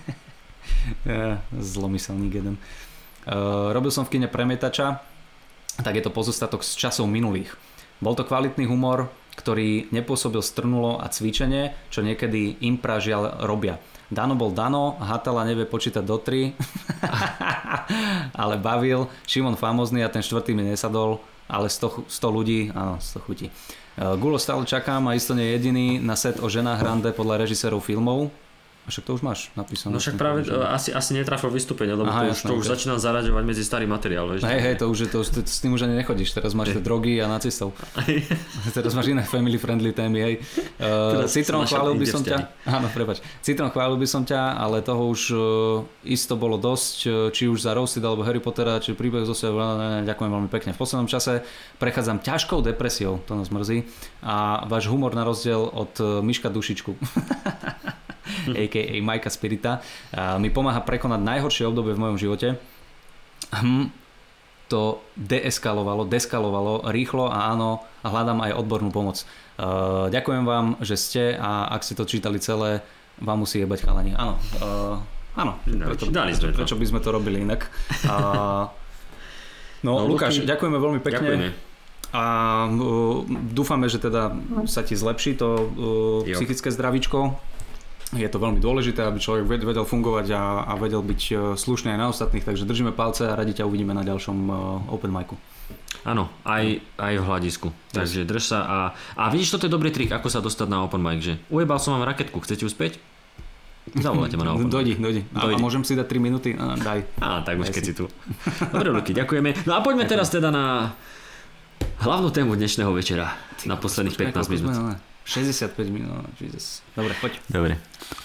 ja, zlomyselník jeden. Uh, robil som v kine Premietača tak je to pozostatok z časov minulých. Bol to kvalitný humor, ktorý nepôsobil strnulo a cvičenie, čo niekedy impra žiaľ robia. Dano bol Dano, Hatala nevie počítať do tri, ale bavil. Šimon famózny a ten štvrtý mi nesadol, ale sto, sto ľudí, áno, sto chutí. Gulo stále čakám a isto nie jediný na set o ženách rande podľa režisérov filmov. A však to už máš napísané. No však práve že... asi, asi netrafil vystúpenie, lebo Aha, to, jasné, už, to už začína zaraďovať medzi starý materiál. Vieš, hej, hej, to už je, to, to, s tým už ani nechodíš, teraz máš tie drogy a nacistov. Teraz máš iné family friendly témy, hej. Uh, Citron, chválil by som ťa. Áno, prepáč. Citron, chválil by som ťa, ale toho už uh, isto bolo dosť, či už za Roasted alebo Harry Pottera, či príbeh zo seba. Ďakujem veľmi pekne. V poslednom čase prechádzam ťažkou depresiou, to nás mrzí, a váš humor na rozdiel od uh, Miška Dušičku á ká á. Majka Spirita, mi pomáha prekonať najhoršie obdobie v mojom živote. Hm, to deeskalovalo, deskalovalo rýchlo a áno, a hľadám aj odbornú pomoc. Uh, ďakujem vám, že ste a ak ste to čítali celé, vám musí jebať chalani. Áno, uh, áno, preto, prečo, prečo by sme to robili inak. Uh, no, no Lukáš, Luky, ďakujeme veľmi pekne. Ďakujeme. A uh, dúfame, že teda sa ti zlepší to uh, psychické zdravíčko. Je to veľmi dôležité, aby človek vedel fungovať a, a vedel byť slušný aj na ostatných, takže držíme palce a radi ťa uvidíme na ďalšom uh, open micu. Áno, aj, aj v hľadisku. Takže drž sa a, a vidíš, toto je dobrý trik, ako sa dostať na open mic, že ujebal som vám raketku, chcete uspäť? Zavolajte ma na open mic. Dojdi, dojdi. A, a môžem si dať tri minúty? A, daj. Á, tak už keď si tu. Dobre, Luky, ďakujeme. No a poďme teraz teda na hlavnú tému dnešného večera. Ty, na posledných pätnásť minút. šesťdesiatpäť minút, Jesus. Dobre, poď. Dobre.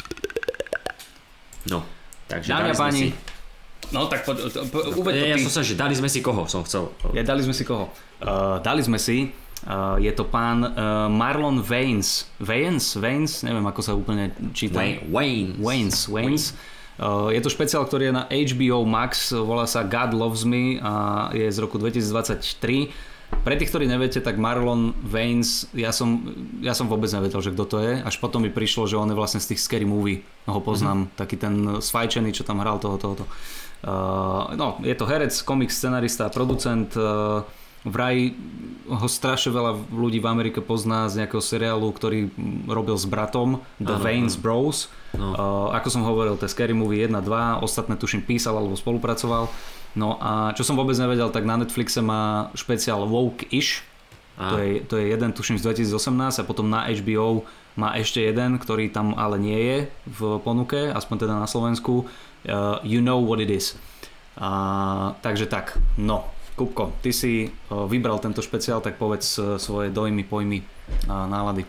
No, takže dámy dali sme páni, si... No, tak poď, uveď to ty. Ja som sa, že dali sme si koho, som chcel. Ja, dali sme si koho? Uh, dali sme si, uh, je to pán uh, Marlon Wayans. Wayans? Wayans? Neviem, ako sa úplne číta. Wayans. Wayans. Wayans. Uh, je to špeciál, ktorý je na há bé ó Max, volá sa God Loves Me a je z roku dvetisícdvadsaťtri. Pre tých, ktorí neviete, tak Marlon Wayans, ja som, ja som vôbec nevedel, že kto to je, až potom mi prišlo, že on je vlastne z tých Scary Movie, ho poznám, mm-hmm. taký ten sfajčený, čo tam hral toho, tohoto. Uh, no, je to herec, komik, scenarista, producent, uh, vraj ho strašne veľa ľudí v Amerike pozná z nejakého seriálu, ktorý robil s bratom, The ano, Wayans ano. Bros. No. Uh, ako som hovoril, to je Scary Movie jedna dva, ostatné tuším písal alebo spolupracoval. No a čo som vôbec nevedel, tak na Netflixe má špeciál Woke-ish, to je, to je jeden tuším z dvetisícosemnásť a potom na há bé ó má ešte jeden, ktorý tam ale nie je v ponuke, aspoň teda na Slovensku, uh, You Know What It Is. Uh, takže tak, no, Kupko, ty si uh, vybral tento špeciál, tak povedz uh, svoje dojmy, pojmy a nálady.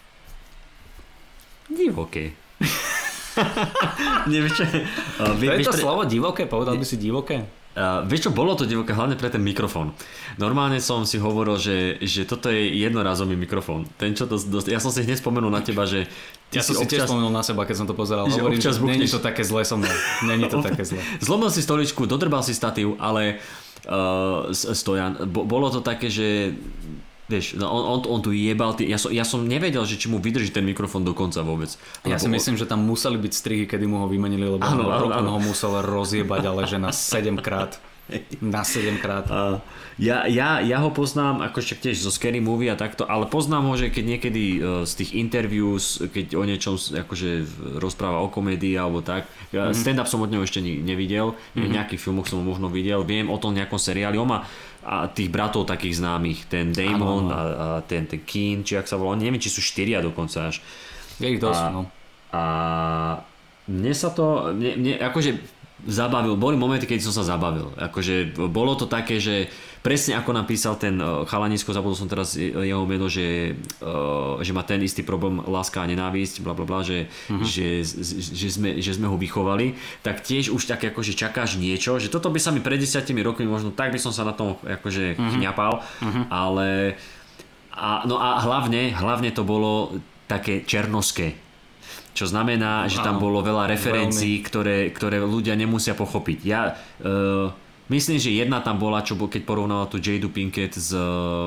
Divoké. Neviem, čo... Uh, to je to pre... slovo divoké? Povedal by si divoké? Uh, vieš čo, bolo to divoké, hlavne pre ten mikrofón. Normálne som si hovoril, že, že toto je jednorazový mikrofón. Ten, čo to, dosť, ja som si hneď spomenul na teba, že... Ja som si občas, tiež spomenul na seba, keď som to pozeral. Že Hovorím, že není to také zlé som mnou. Není to také zlé. Zlomil si stoličku, dodrbal si statív, ale uh, stojan. Bo, bolo to také, že... Vieš, no on, on, on tu jebal, tý, ja, som, ja som nevedel, že či mu vydrží ten mikrofón do konca vôbec. Ja si myslím, že tam museli byť strihy, kedy mu ho vymenili, lebo áno, áno, áno. on ho musel rozjebať, ale že na sedemkrát. Na sedemkrát. Uh, ja, ja, ja ho poznám, ako však tiež zo Scary Movie a takto, ale poznám ho, že keď niekedy uh, z tých interviews, keď o niečom akože rozpráva o komédii alebo tak, mm-hmm. stand-up som od neho ešte nevidel, mm-hmm. v nejakých filmoch som ho možno videl, viem o tom nejakom seriáli, on má a tých bratov takých známych, ten Damon a, a ten, ten Keen, či ak sa volá, neviem, či sú štyria dokonca až. Je ich dosť, a, no. A mne sa to, mne, mne, akože zabavil, boli momenty, keď som sa zabavil. Akože bolo to také, že presne ako napísal ten chalanisko, zabudol som teraz jeho meno, že, uh, že má ten istý problém láska a nenávisť, bla bla bla, že, uh-huh. že, že, sme, že sme ho vychovali, tak tiež už tak akože čakáš niečo, že toto by sa mi pred desiatimi rokmi možno tak by som sa na tom akože uh-huh. chňapal, uh-huh. ale a, no a hlavne, hlavne to bolo také černoské. Čo znamená, že tam bolo veľa referencií, ktoré, ktoré ľudia nemusia pochopiť. Ja uh, myslím, že jedna tam bola, čo keď porovnala tu Jadu Pinkett s,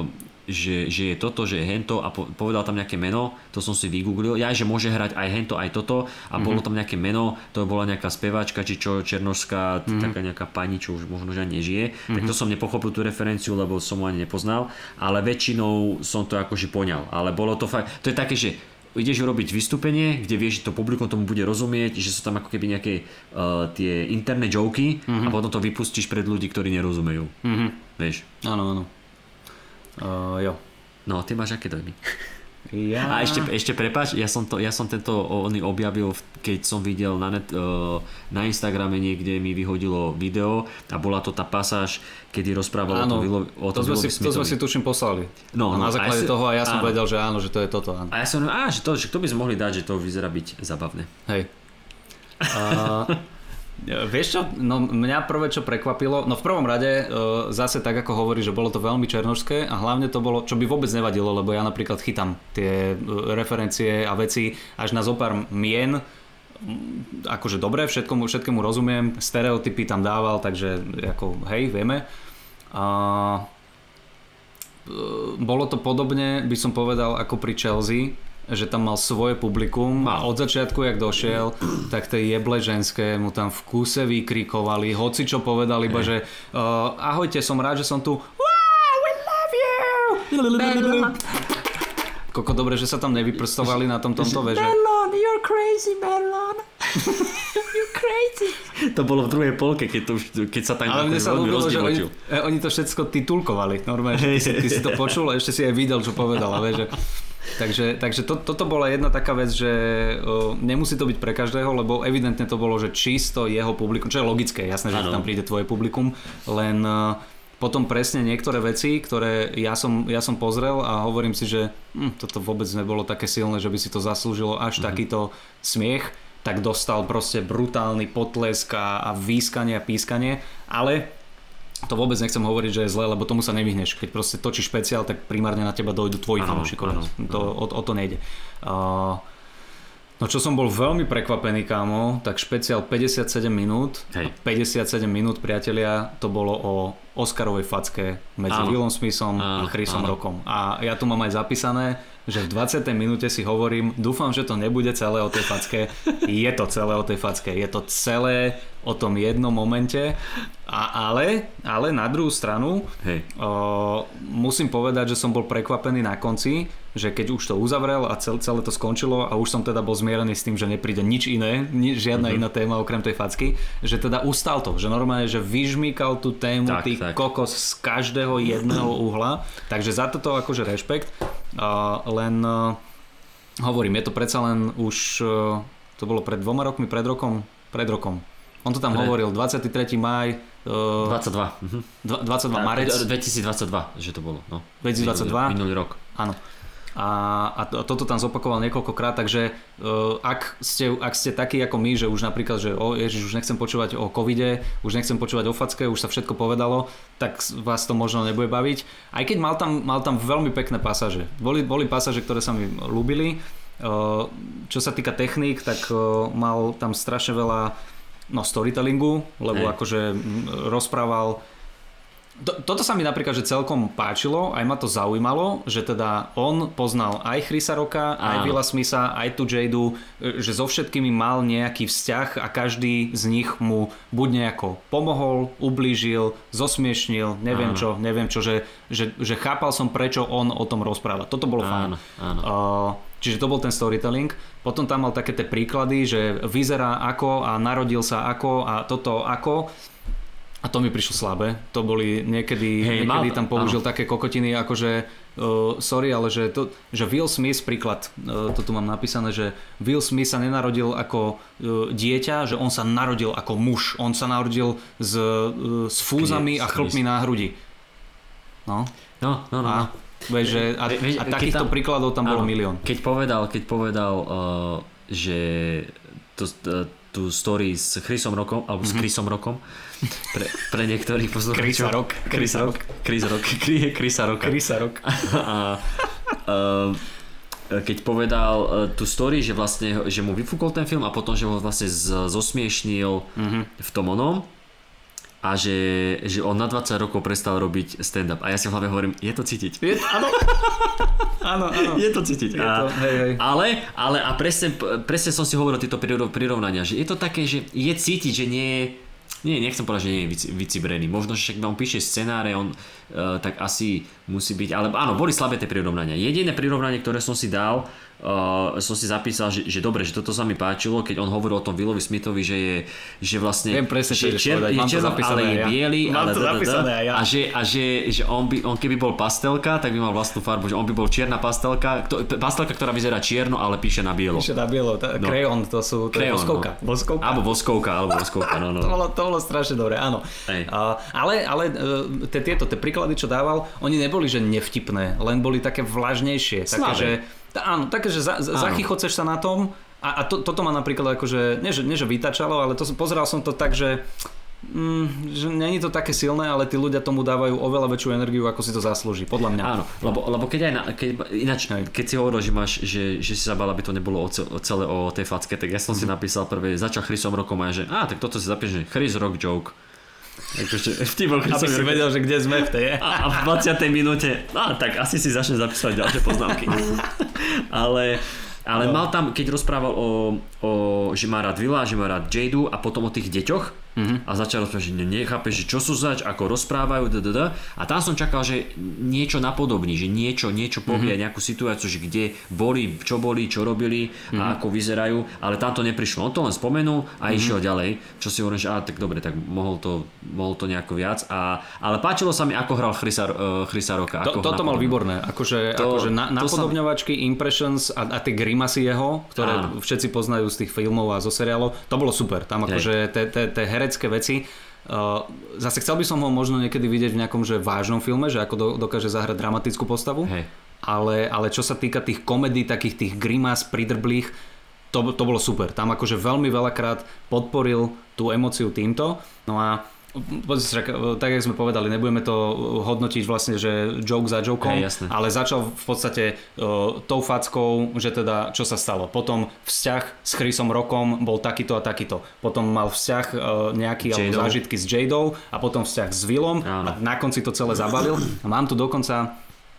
že, že je toto, že je hento a po, povedal tam nejaké meno, to som si vygooglil, ja, že môže hrať aj hento, aj toto a mm-hmm. bolo tam nejaké meno, to bola nejaká speváčka, či čo, černošská, mm-hmm. taká nejaká pani, čo už možno že ani nežije, mm-hmm. tak to som nepochopil tú referenciu, lebo som ho ani nepoznal, ale väčšinou som to akože poňal, ale bolo to fakt, to je také, že ideš urobiť vystúpenie, kde vieš, že to publikum tomu bude rozumieť, že sú tam ako keby nejaké uh, tie interné joky mm-hmm. a potom to vypustíš pred ľudí, ktorí nerozumejú. Mm-hmm. Vieš? Áno, áno. Uh, jo. No, ty máš aké dojmy? Ja... A ešte, ešte prepáč, ja som, to, ja som tento oný objavil, keď som videl na, net, uh, na Instagrame niekde mi vyhodilo video a bola to tá pasáž, kedy rozprával áno, o tom Willovi to, to, to sme si tuším poslali. No, no, na základe ja si, toho a ja som áno. vedel, že áno, že to je toto. Áno. A ja som á, že to, že to by sme mohli dať, že to vyzerá byť zabavné. Hej. Uh... Vieš čo, no mňa prvé čo prekvapilo, no v prvom rade e, zase tak ako hovorí, že bolo to veľmi černošské a hlavne to bolo, čo by vôbec nevadilo, lebo ja napríklad chytám tie e, referencie a veci až na zopár mien, akože dobre, všetkomu, všetkému rozumiem, stereotypy tam dával, takže ako hej, vieme. A e, bolo to podobne, by som povedal, ako pri Chelsea, že tam mal svoje publikum a od začiatku, jak došiel, tak tej jeble ženské mu tam v kúse vykrikovali, hoci čo povedal iba, že uh, ahojte, som rád, že som tu. Wow, we love you! Koko dobre, že sa tam nevyprstovali na tom tomto veže. Melon, you're crazy, Melon. You're crazy. To bolo v druhej polke, keď, to už, keď sa tam veľmi rozdivočil. Oni, oni to všetko titulkovali, normálne, ty, si, ty si to počul a ešte si aj videl, čo povedal, vieš, že Takže, takže to, toto bola jedna taká vec, že uh, nemusí to byť pre každého, lebo evidentne to bolo, že čisto jeho publikum, čo je logické, jasné, že tam príde tvoje publikum, len uh, potom presne niektoré veci, ktoré ja som, ja som pozrel a hovorím si, že hm, toto vôbec nebolo také silné, že by si to zaslúžilo až mm-hmm. takýto smiech, tak dostal proste brutálny potlesk a, a výskanie a pískanie, ale to vôbec nechcem hovoriť, že je zlé, lebo tomu sa nevyhneš. Keď proste točíš špeciál, tak primárne na teba dojdu tvoji fanúšikovia. O, o to nejde. Uh, no čo som bol veľmi prekvapený, kámo, tak špeciál päťdesiatsedem minút. Hej. päťdesiatsedem minút, priatelia, to bolo o Oscarovej facke medzi Willom Smithom a Chrisom Rockom. A ja tu mám aj zapísané, že v dvadsiatej minúte si hovorím, dúfam, že to nebude celé o tej facke. Je to celé o tej facke. Je to celé o tom jednom momente. A, ale, ale na druhú stranu o, musím povedať, že som bol prekvapený na konci, že keď už to uzavrel a cel, celé to skončilo a už som teda bol zmierený s tým, že nepríde nič iné, ni, žiadna mm-hmm. iná téma okrem tej facky, že teda ustal to. Že normálne, že vyžmýkal tú tému tak, tých tak. kokos z každého jedného uhla. Takže za toto akože rešpekt. Uh, len uh, hovorím, je to predsa len už uh, to bolo pred dvoma rokmi, pred rokom, pred rokom. On to tam pred... hovoril, dvadsiateho tretieho máj uh, dvadsaťdva Uh-huh. dvadsaťdva marec dvetisícdvadsaťdva že to bolo, no. dvetisícdvadsaťdva Minulý, minulý rok. Áno. A, a to, toto tam zopakoval niekoľkokrát, takže uh, ak, ste, ak ste takí ako my, že už napríklad, že o Ježiš, už nechcem počúvať o covide, už nechcem počúvať o facke, už sa všetko povedalo, tak vás to možno nebude baviť. Aj keď mal tam, mal tam veľmi pekné pasáže. Boli, boli pasáže, ktoré sa mi ľúbili. Uh, čo sa týka techník, tak uh, mal tam strašne veľa no, storytellingu, lebo hey. akože rozprával. Toto sa mi napríklad že celkom páčilo, aj ma to zaujímalo, že teda on poznal aj Chrisa Rocka, aj Willa Smitha, aj tu Jadu, že so všetkými mal nejaký vzťah a každý z nich mu buď nejako pomohol, ublížil, zosmiešnil, neviem áno. čo, neviem čo, že, že, že chápal som, prečo on o tom rozpráva. Toto bolo fajn. Uh, čiže to bol ten storytelling. Potom tam mal také tie príklady, že vyzerá ako a narodil sa ako a toto ako. A to mi prišlo slabé. To boli niekedy, hey, niekedy mal, tam použil áno. také kokotiny, akože uh, sorry, ale že, to, že Will Smith, príklad, uh, to tu mám napísané, že Will Smith sa nenarodil ako uh, dieťa, že on sa narodil ako muž. On sa narodil s, uh, s fúzami a chlpmi na hrudi. No. No, no, no. A, vieš, že, a, a takýchto tam, príkladov tam áno, bolo milión. Keď povedal, keď povedal uh, že to, uh, tú story s Chrisom Rockom, alebo mm-hmm. s Chrisom Rockom, Pre, pre niektorých poslucháčov. Chrisa Rock. Chris Rock. Chris Rock. Chrisa Rocka. Chrisa Rock. A, a, keď povedal tú story, že vlastne že mu vyfúkol ten film a potom, že ho vlastne zosmiešnil mm-hmm. v tom onom, a že, že on na dvadsať rokov prestal robiť stand-up. A ja si v hlave hovorím, je to cítiť. Je to, áno. áno, áno. Je to cítiť. Je a, to, hej, hej. Ale, ale a presne, presne som si hovoril tieto prirovnania, že je to také, že je cítiť, že nie je, nie, nechcem povedať, že nie je vycibrený. Možno, že však on píše scenáre, on uh, tak asi musí byť, ale áno, boli slabé tie prirovnania. Jediné prirovnanie, ktoré som si dal, Uh, som si zapísal, že, že dobre, že toto sa mi páčilo, keď on hovoril o tom Willovi Smithovi, že je, že vlastne Viem presne, že čier, je černo, ale je ja. biely, Mám ale to zapísané aj ja. a že, a že, že on, by, on keby bol pastelka, tak by mal vlastnú farbu, že on by bol čierna pastelka, to, pastelka, ktorá vyzerá čierno, ale píše na bielo. Píše na bielo, tá, no. Kreón, to sú to Kreón, voskovka. No. Voskovka. Alebo voskovka, alebo voskovka, no, no. to, bolo, to bolo strašne dobré, áno. Uh, ale ale uh, te, tieto, tie príklady, čo dával, oni neboli, že nevtipné, len boli také vlažnejšie, také, že áno, také, že za, zachychoceš sa na tom a, a to, toto ma napríklad akože, nie že, nie že vytačalo, ale to som, pozeral som to tak, že mm, že nie je to také silné, ale tí ľudia tomu dávajú oveľa väčšiu energiu, ako si to zaslúži, podľa mňa. Áno, lebo, lebo keď aj na, keď, ináč, keď si hovoril, že, máš, že, že si sa bál, aby to nebolo o, celé o tej facke, tak ja som mm-hmm. si napísal prvé, začal Chrisom Rockom a že á, tak toto si zapíš, že Chris Rock joke. Vtipol, aby si vedel, že kde sme v tej. A, a v dvadsiatej minúte, no tak asi si začne zapísať ďalšie poznámky. ale, ale no. mal tam, keď rozprával o, o že má rád Willa, že má rád Jadu a potom o tých deťoch, mm-hmm. a začal rozprávať, že nechápe, že čo sú zač, ako rozprávajú, ddd. A tam som čakal, že niečo napodobní, že niečo, niečo povie, mm-hmm. nejakú situáciu, že kde boli, čo boli, čo robili mm-hmm. a ako vyzerajú, ale tam to neprišlo. On to len spomenul a mm-hmm. išiel ďalej, čo si hovorím, že á, tak dobre, tak mohol to, mohol to nejako viac. A, ale páčilo sa mi, ako hral Chrisa, uh, Chrisa Rocka. To, toto mal výborné, akože, to, akože na, napodobňovačky, sa... impressions a, a tie grimasy jeho, ktoré áno. všetci poznajú z tých filmov a zo seriálov, to bolo super. Tam akože tie herecké veci. Uh, zase chcel by som ho možno niekedy vidieť v nejakom že vážnom filme, že ako do, dokáže zahrať dramatickú postavu. Hej. Ale, ale čo sa týka tých komedí, takých tých grimas, pridrblých, to, to bolo super. Tam akože veľmi veľakrát podporil tú emóciu týmto. No a tak jak sme povedali, nebudeme to hodnotiť vlastne, že joke za jokom, hey, ale začal v podstate uh, tou fackou, že teda čo sa stalo. Potom vzťah s Chrisom Rockom bol takýto a takýto. Potom mal vzťah uh, nejaký alebo zážitky s Jadou a potom vzťah s Willom a na konci to celé zabalil. A mám tu dokonca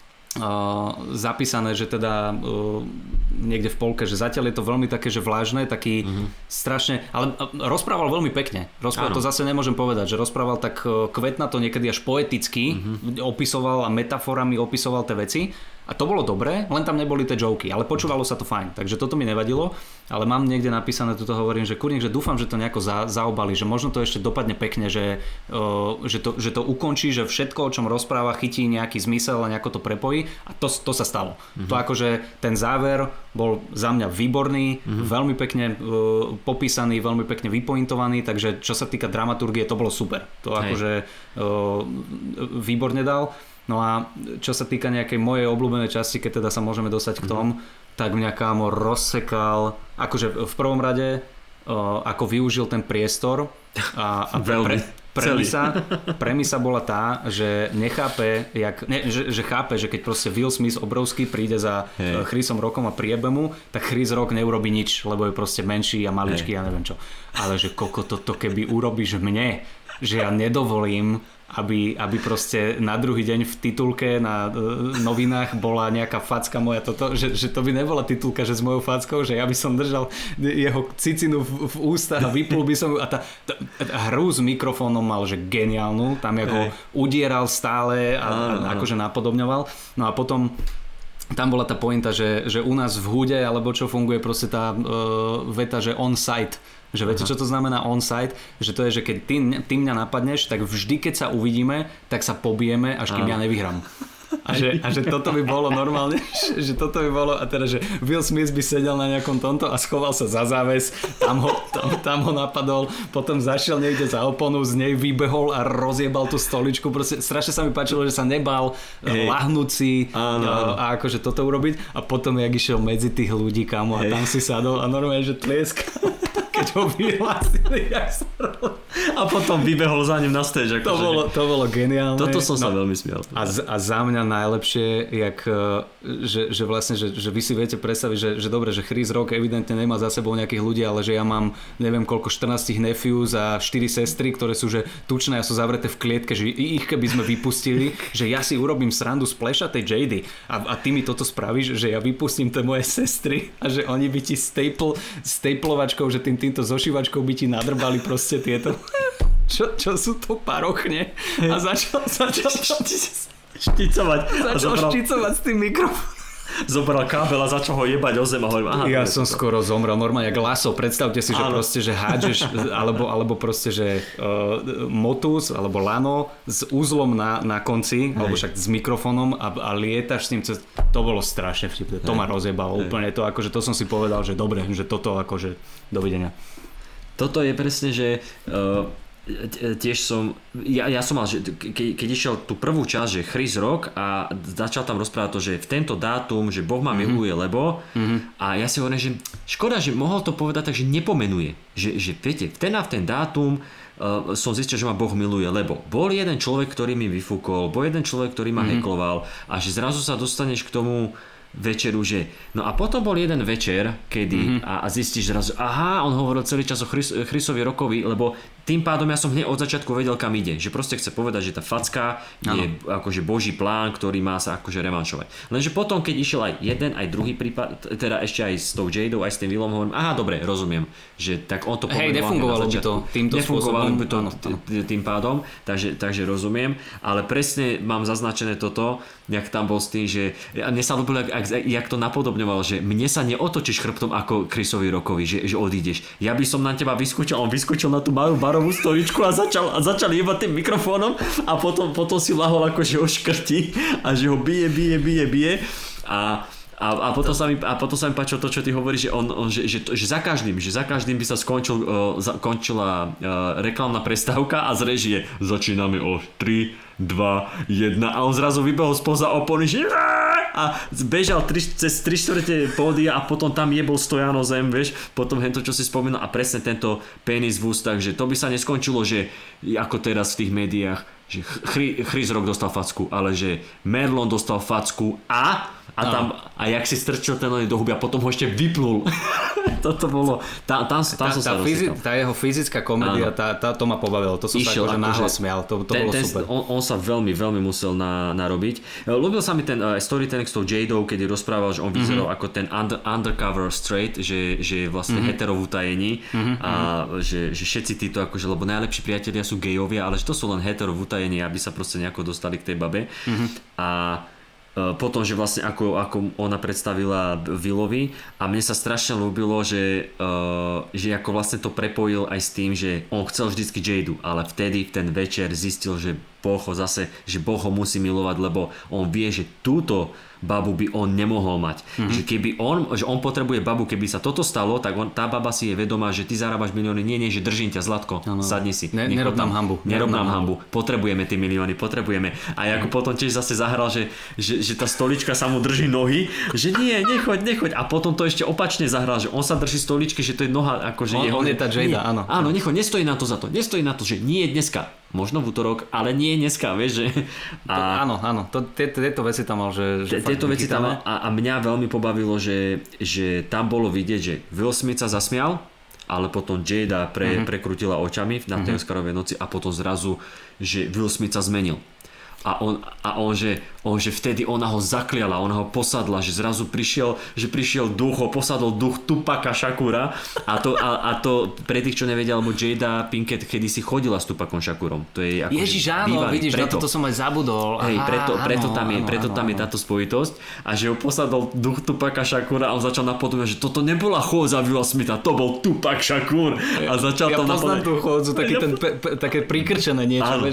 Uh, zapísané, že teda uh, niekde v polke, že zatiaľ je to veľmi také, že vlážne, taký mm-hmm. strašne, ale uh, rozprával veľmi pekne. Rozprával, to zase nemôžem povedať, že rozprával tak uh, kvetnato, niekedy až poeticky, mm-hmm. opisoval a metaforami opisoval tie veci. A to bolo dobré, len tam neboli tie joky, ale počúvalo sa to fajn, takže toto mi nevadilo, ale mám niekde napísané, tuto hovorím, že kurník, že dúfam, že to nejako za, zaobali, že možno to ešte dopadne pekne, že, uh, že, to, že to ukončí, že všetko, o čom rozpráva, chytí nejaký zmysel a nejako to prepojí a to, to sa stalo. Mm-hmm. To akože ten záver bol za mňa výborný, mm-hmm. veľmi pekne uh, popísaný, veľmi pekne vypointovaný, takže čo sa týka dramaturgie, to bolo super. To Hej. akože uh, výborne dal. No a čo sa týka nejakej mojej obľúbenej časti, keď teda sa môžeme dostať k tomu, mm-hmm. tak mňa kámo rozsekal, akože v prvom rade, uh, ako využil ten priestor a, a pre, premisa, premisa bola tá, že nechápe, jak, ne, že, že chápe, že keď proste Will Smith obrovský príde za hey. Chrisom Rockom a priebe mu, tak Chris Rock neurobí nič, lebo je proste menší a maličký hey. a neviem čo. Ale že koko toto keby urobíš mne, že ja nedovolím, aby, aby proste na druhý deň v titulke na uh, novinách bola nejaká facka moja toto, že, že to by nebola titulka, že s mojou fackou, že ja by som držal jeho cicinu v, v ústach a vyplul by som ju a tá, tá, tá hru s mikrofónom mal, že geniálnu, tam ako udieral stále a, a akože napodobňoval. No a potom tam bola tá pointa, že, že u nás v húde alebo čo funguje proste tá uh, veta, že on site. Že viete, čo to znamená on-site? Že to je, že keď ty, ty mňa napadneš, tak vždy, keď sa uvidíme, tak sa pobijeme, až kým ja nevyhrám. A že, a že toto by bolo normálne, že toto by bolo, a teda, že Will Smith by sedel na nejakom tomto a schoval sa za záves, tam ho, tam, tam ho napadol, potom zašiel niekde za oponu, z nej vybehol a rozjebal tú stoličku, proste strašne sa mi páčilo, že sa nebal hey. lahnúť si a, a akože toto urobiť a potom, jak išiel medzi tých ľudí, kamo, a hey. tam si sadol a normálne, že tlieskal. Keď ho vyhlásili, jak sa A potom vybehol za ním na stage. Ako to, bolo, to bolo geniálne. Toto som sa no, veľmi smiel. A, z, a za mňa najlepšie, jak, že, že vlastne, že, že vy si viete predstaviť, že, že dobre, že Chris Rock evidentne nemá za sebou nejakých ľudí, ale že ja mám neviem koľko, štrnásť nephews a štyri sestry, ktoré sú že tučné a sú zavreté v klietke, že ich keby sme vypustili, že ja si urobím srandu z plešatej Jady a, a ty mi toto spravíš, že ja vypustím tie moje sestry a že oni by ti staple, staplovačkou, že tým, týmto zošívačkou by ti nadrbali proste tieto čo, čo sú to parochne a začal, začal šticovať začal šticovať s tým mikrofónom. Zobral kábel a začal ho jebať o zem a hovorím, aha. Ja som to. skoro zomrel, normálne jak laso. Predstavte si, že proste, že hádžeš alebo, alebo proste, že uh, motus alebo lano s úzlom na, na konci, Hej. alebo však s mikrofónom a, a lietaš s tým cez... To bolo strašne vtipné. To ma rozjebalo Hej. úplne. To akože to som si povedal, že dobre, že toto akože dovidenia. Toto je presne, že uh, tiež som, ja, ja som mal, že ke, keď išiel tú prvú časť, že Chris Rock a začal tam rozprávať to, že v tento dátum, že Boh ma miluje, mm-hmm. lebo mm-hmm. a ja si hovorím, že škoda, že mohol to povedať tak, že nepomenuje, že, že viete, v ten a v ten dátum uh, som zistil, že ma Boh miluje, lebo bol jeden človek, ktorý mi vyfúkol, bol jeden človek, ktorý ma mm-hmm. hekloval a že zrazu sa dostaneš k tomu večeru, že... No a potom bol jeden večer, kedy mm-hmm. a, a zistíš zrazu, aha, on hovoril celý čas o Chris, Chrisovi Rockovi, lebo tým pádom ja som hneď od začiatku vedel, kam ide. Že proste chce povedať, že tá facka ano. je akože Boží plán, ktorý má sa akože revanšovať. Lenže potom, keď išiel aj jeden, aj druhý prípad, teda ešte aj s tou Jadou, aj s tým Willom, hovorím, aha, dobre, rozumiem, že tak on to povedal. Hej, nefungovalo by to týmto nefungovalo spôsobom. by to t- tým pádom, takže, takže rozumiem, ale presne mám zaznačené toto, jak tam bol s tým, že mne sa ľúbilo, jak, jak to napodobňoval, že mne sa neotočíš chrbtom ako Chrisovi Rockovi, že, že odídeš. Ja by som na teba vyskúčal, on vyskúčal na tú malú barovú stoličku a začal, a začal jebať tým mikrofónom a potom, potom si lahol akože o škrti a že ho bije, bije, bije, bije a A, a, potom sa mi, a potom sa mi páčilo to, čo ty hovoríš, že, on, on, že, že, že za každým, že za každým by sa skončil, uh, za, končila uh, reklamná prestávka a z režie začíname o tri, dva, jeden a on zrazu vybehol spoza opony, že a bežal tri, cez tri štvrte pódia a potom tam jebol Stojano zem, vieš, potom hento, čo si spomínal a presne tento penis v ústach, že to by sa neskončilo, že ako teraz v tých médiách, že Chris Rock dostal facku, ale že Merlon dostal facku a a tam, a jak si strčil ten do huby a potom ho ešte vyplul. Toto bolo, tam, tam, tam tá, som sa fyzi- tá jeho fyzická komédia, tá, tá, to ma pobavilo, to som Išiel, sa akože náhla smial, to, to ten, bolo ten, super. On, on sa veľmi, veľmi musel na, narobiť. Ľúbil sa mi ten uh, storytelling s tou Jadou, kedy rozprával, že on vyzeral mm-hmm. ako ten under, undercover straight, že, že je vlastne mm-hmm. hetero v utajení mm-hmm. a že, že všetci títo, akože, lebo najlepší priatelia sú gejovia, ale že to sú len hetero v utajení, aby sa proste nejako dostali k tej babe. Mm-hmm. A potom, že vlastne ako, ako ona predstavila Willovi a mne sa strašne ľúbilo, že, uh, že ako vlastne to prepojil aj s tým, že on chcel vždycky Jadu, ale vtedy v ten večer zistil, že Boh ho zase, že Boh ho musí milovať, lebo on vie, že túto babu by on nemohol mať. Mm-hmm. Že keby on, že on potrebuje babu, keby sa toto stalo, tak on, tá baba si je vedomá, že ty zarábaš milióny, nie, nie, že držím ťa Zlatko, ano. sadni si. Ne, nerob nám hambu. Nerob nám hambu. Potrebujeme tie milióny, potrebujeme. A ako mm. potom tiež zase zahral, že, že, že tá stolička sa mu drží nohy, že nie, nechoď, nechoď. A potom to ešte opačne zahral, že on sa drží stoličky, že to je noha, akože on, jeho... On je tá Jada, áno. Áno, nechoď, nestojí na to za to, nestojí na to, že nie je dneska. Možno v útorok, ale nie dneska, vieš, že... A... To, áno, áno, to, tieto veci tam mal, že... že tieto veci tam mal a, a mňa veľmi pobavilo, že, že tam bolo vidieť, že Will Smith sa zasmial, ale potom Jada pre, uh-huh. prekrutila očami na tej uh-huh. Oscarovej noci a potom zrazu, že Will Smith sa zmenil. A on, a on, že, on, že vtedy ona ho zakliala, ona ho posadla, že zrazu prišiel, že prišiel duch, ho posadol duch Tupaka Shakura a to, a, a to pre tých, čo nevedia, lebo Jada Pinkett kedysi chodila s Tupakom Shakurom. To je ako Ježiš, áno, bývalý, vidíš, preto, na toto som aj zabudol. Hej, preto, preto tam je, áno, preto tam áno, je táto spojitosť a že ho posadol duch Tupaka Shakura a on začal napodobňovať, že toto nebola chôdza Willa Smitha, to bol Tupak Shakur a začal ja tam poznám napodobňovať. Tú chôdzu, taký ten pe, pe, také prikrčené niečo. Áno,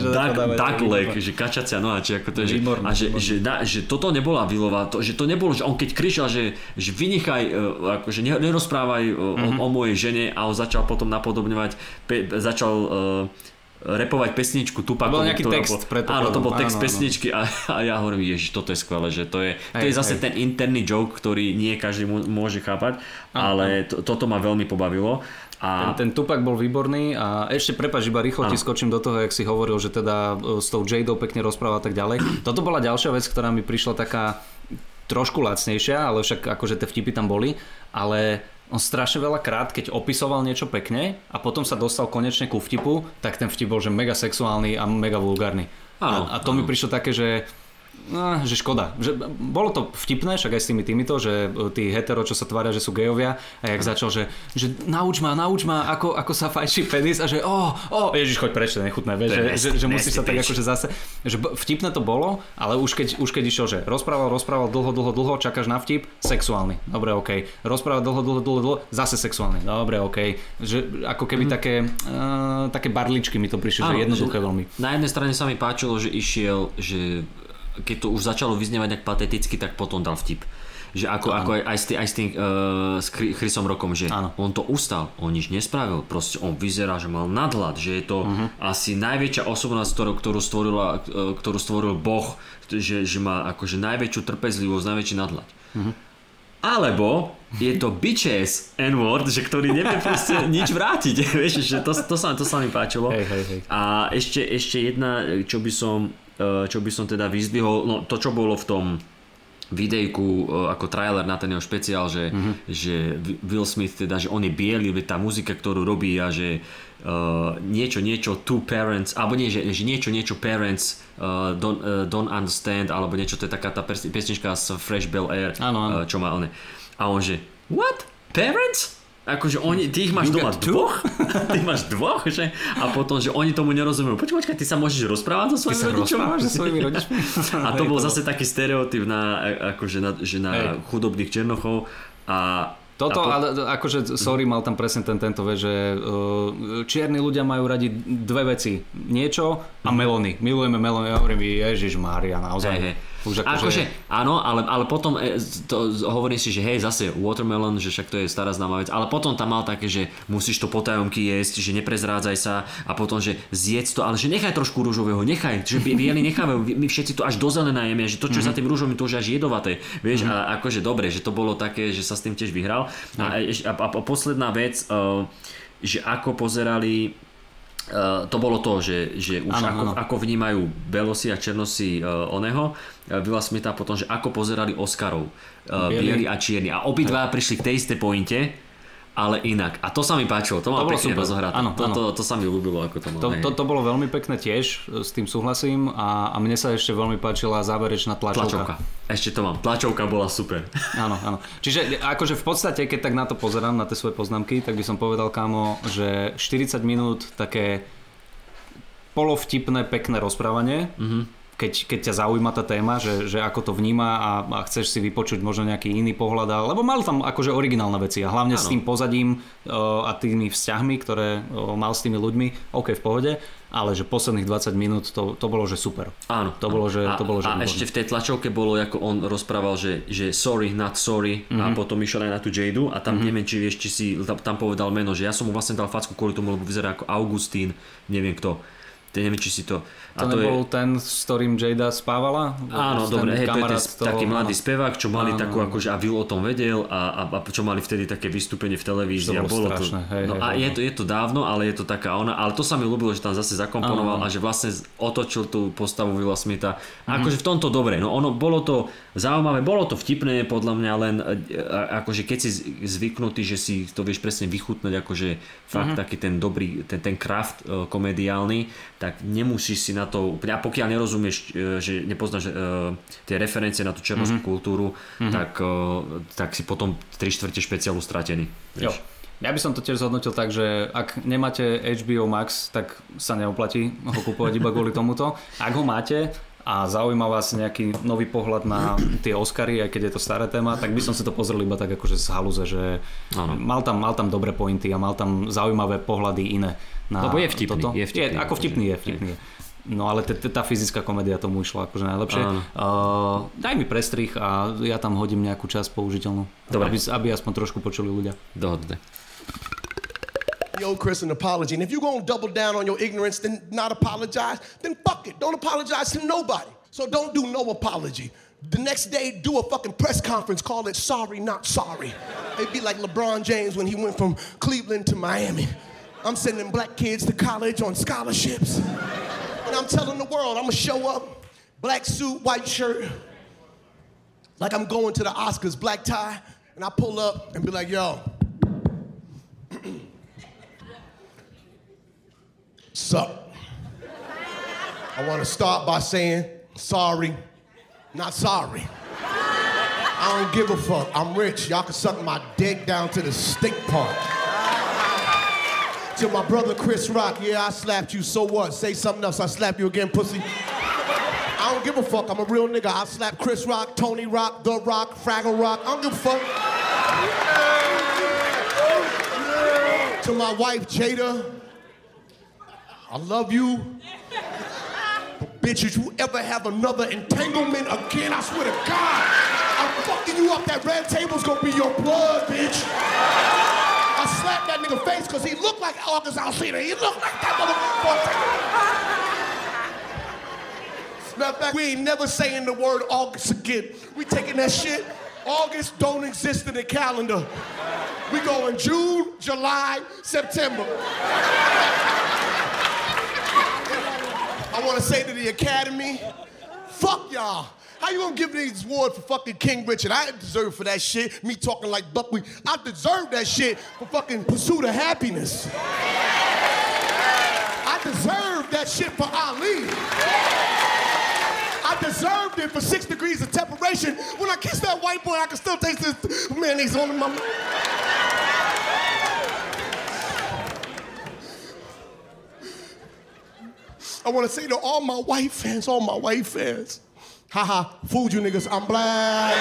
duck že kačacia noha, či ako to je, že, a že, že, na, že toto nebola Willová, to, že to nebolo, že on keď kričal, že, že vynechaj, uh, akože nerozprávaj uh, mm-hmm. o, o mojej žene a on začal potom napodobňovať, pe, začal uh, repovať pesničku Tupacovi. Bol nejaký text bol, áno, to bol text áno, pesničky áno. A, a ja hovorím, ježiš, toto je skvelé, že to je, to hej, je zase hej. ten interný joke, ktorý nie každý môže chápať, ah, ale to, toto ma veľmi pobavilo. A... Ten, ten Tupac bol výborný a ešte prepáč, iba rýchlo ti skočím do toho, jak si hovoril, že teda s tou Jadou pekne rozprával a tak ďalej. Toto bola ďalšia vec, ktorá mi prišla taká trošku lacnejšia, ale však akože tie vtipy tam boli, ale on strašne veľa krát, keď opisoval niečo pekne a potom sa dostal konečne ku vtipu, tak ten vtip bol že mega sexuálny a mega vulgárny. Áno, a, a to áno. mi prišlo také, že No, že škoda. Že bolo to vtipné, však aj s tými týmito, že tí hetero, čo sa tvária, že sú gejovia a jak začal, že, že nauč ma, nauč ma, ako, ako sa fajčí penis a že o, oh, oh, ježiš, choď preč, to je nechutné, vieš, že, že, že musíš sa tak akože zase, že vtipné to bolo, ale už keď, už keď išiel, že rozprával, rozprával dlho, dlho, dlho, čakáš na vtip, sexuálny, dobre, okej, okay. Rozprával dlho, dlho, dlho, dlho, zase sexuálny, dobre, okej, okay. Že ako keby mm-hmm. také, uh, také barličky mi to prišlo, že jednoduché veľmi. Na jednej strane sa mi páčilo, že išiel, že keď to už začalo vyznievať nejak pateticky, tak potom dal vtip. Že ako, ako aj, aj s tým, aj s, tým uh, s Chrisom Rockom, že áno. On to ustal, on nič nespravil, proste on vyzerá, že mal nadhľad, že je to uh-huh. asi najväčšia osobnosť, ktorú, ktorú, stvorila, ktorú stvoril Boh, že, že má akože najväčšiu trpezlivosť, najväčší nadhľad. Uh-huh. Alebo je to bitches N-word, že ktorý nevie proste nič vrátiť, vieš, že to, to, sa, to sa mi páčilo. Hej, hej, hej. A ešte, ešte jedna, čo by som čo by som teda vyzdvihol, no to čo bolo v tom videjku ako trailer na ten jeho špeciál, že, mm-hmm. že Will Smith teda, že on je biely, tá muzika, ktorú robí a že uh, niečo, niečo two parents, alebo nie, že, že niečo, niečo parents uh, don't, uh, don't understand, alebo niečo, to je taká tá pesnička z Fresh Bel Air, uh, čo má on. A on že, what? Parents? Akože oni, ty ich máš doma dvoch? Ty máš dvoch, že? A potom, že oni tomu nerozumejú. Počkaj, počkaj, ty sa môžeš rozprávať so svojimi rodičmi? Ty sa so svojimi rodičmi? A to bol zase taký stereotyp na, akože na, že na chudobných černochov. A Toto, po... ale akože, sorry, mal tam presne ten tento vec, že uh, čierni ľudia majú radi dve veci. Niečo a melóny. Milujeme melóny. Ja hovorím, Ježišmária, naozaj. Hey, hey. Už akože... akože, áno, ale, ale potom to, hovorím si, že hej, zase watermelon, že však to je stará známa vec, ale potom tam mal také, že musíš to potajomky jesť, že neprezrádzaj sa a potom, že zjedz to, ale že nechaj trošku rúžového, nechaj, že bieli nechávajú, my všetci to až do zelená jeme, že to, čo mm-hmm. za tým rúžovým, to už až jedovaté, vieš, mm-hmm. a akože dobre, že to bolo také, že sa s tým tiež vyhral. Mm-hmm. A, a, a, a posledná vec, uh, že ako pozerali Uh, to bolo to, že, že už ano, ako, ano. ako vnímajú belosi a černosi uh, oného uh, Willa Smitha potom, že ako pozerali Oscarov uh, bieli a čierni a obidva prišli k tej istej pointe, ale inak. A to sa mi páčilo, to, to bolo pekne rozohraté. To, to, to sa mi ľúbilo, ako to malo. To, to, to bolo veľmi pekné tiež, s tým súhlasím a, a mne sa ešte veľmi páčila záverečná tlačovka. Tlačovka. Ešte to mám. Tlačovka bola super. Áno, áno. Čiže akože v podstate, keď tak na to pozerám, na tie svoje poznámky, tak by som povedal, kámo, že štyridsať minút také polovtipné, pekné rozprávanie. Mhm. Keď, keď ťa zaujíma tá téma, že, že ako to vníma a, a chceš si vypočuť možno nejaký iný pohľad, lebo mal tam akože originálne veci a hlavne ano. S tým pozadím uh, a tými vzťahmi, ktoré uh, mal s tými ľuďmi, ok, v pohode, ale že posledných dvadsať minút to, to bolo, že super. Áno. To bolo, že, a, to bolo, že a ešte v tej tlačovke bolo, ako on rozprával, že, že sorry, not sorry, mm-hmm. a potom išiel aj na tú Jadu a tam mm-hmm. neviem, či vieš, či si tam povedal meno, že ja som mu vlastne dal facku kvôli tomu, lebo vyzerá ako Augustín, neviem kto. Ty neviem, či si to... A to, to nebol je... ten, s ktorým Jada spávala? Áno, dobre, hej, to je toho, taký mladý áno. spevák, čo mali áno, takú, akože, a Will o tom vedel a, a, a čo mali vtedy také vystúpenie v televízii. To bolo a bolo strašné, to, hej, no, hej, a hej, je, to, je to dávno, ale je to taká ona, ale to sa mi ľúbilo, že tam zase zakomponoval áno. a že vlastne otočil tú postavu Willa Smitha. A akože v tomto dobre, no ono, bolo to zaujímavé, bolo to vtipné podľa mňa, len akože keď si zvyknutý, že si to vieš presne vychutnať, akože fakt uh-huh. taký ten dobrý, ten, ten kraft uh, komediálny, tak nemusíš si na to, a pokiaľ nerozumieš, že nepoznáš uh, tie referencie na tú černovskú mm-hmm. kultúru, mm-hmm. Tak, uh, tak si potom tri štvrte špeciálu stratený. Jo. Ja by som to tiež zhodnotil tak, že ak nemáte há bé ó Max, tak sa neoplatí ho kupovať iba kvôli tomuto. Ak ho máte a zaujíma vás nejaký nový pohľad na tie Oscary, aj keď je to staré téma, tak by som si to pozrel iba tak akože z halúze, že mal tam, mal tam dobré pointy a mal tam zaujímavé pohľady iné. Na Lebo je vtipný. Toto. Je vtipný. Je, ako vtipný je, vtipný je. No ale t- t- tá fyzická komédia tomu išla akože najlepšie. Uh, daj mi prestrih a ja tam hodím nejakú časť použiteľnú. Dobre. Aby, aby aspoň trošku počuli ľudia. Dohodne. You owe Chris an apology. And if you're going to double down on your ignorance, then not apologize, then fuck it. Don't apologize to nobody. So don't do no apology. The next day, do a fucking press conference, call it sorry, not sorry. It'd be like LeBron James when he went from Cleveland to Miami. I'm sending black kids to college on scholarships. And I'm telling the world, I'm gonna show up, black suit, white shirt, like I'm going to the Oscars, black tie, and I pull up and be like, yo, sup? I wanna start by saying sorry, not sorry. I don't give a fuck. I'm rich. Y'all can suck my dick down to the stink part. To my brother Chris Rock, yeah, I slapped you, so what? Say something else, I slap you again, pussy. I don't give a fuck. I'm a real nigga. I slap Chris Rock, Tony Rock, The Rock, Fraggle Rock. I don't give a fuck. To my wife, Jada, I love you. But bitch, if you ever have another entanglement again, I swear to God, I'm fucking you up. That red table's gonna be your blood, bitch. I slapped that nigga face because he looked like August Alsina. He looked like that motherfucker. Matter of fact, we ain't never saying the word August again. We taking that shit. August don't exist in the calendar. We going June, July, September. I want to say to the Academy, fuck y'all. How you gonna give me this award for fucking King Richard? I didn't deserve for that shit. Me talking like Buckwheat. I deserve that shit for fucking Pursuit of Happiness. I deserve that shit for Ali. I deserved it for Six Degrees of Separation. When I kiss that white boy, I can still taste this mayonnaise on my mouth. I want to say to all my white fans, all my white fans, haha, fooled you niggas, I'm black.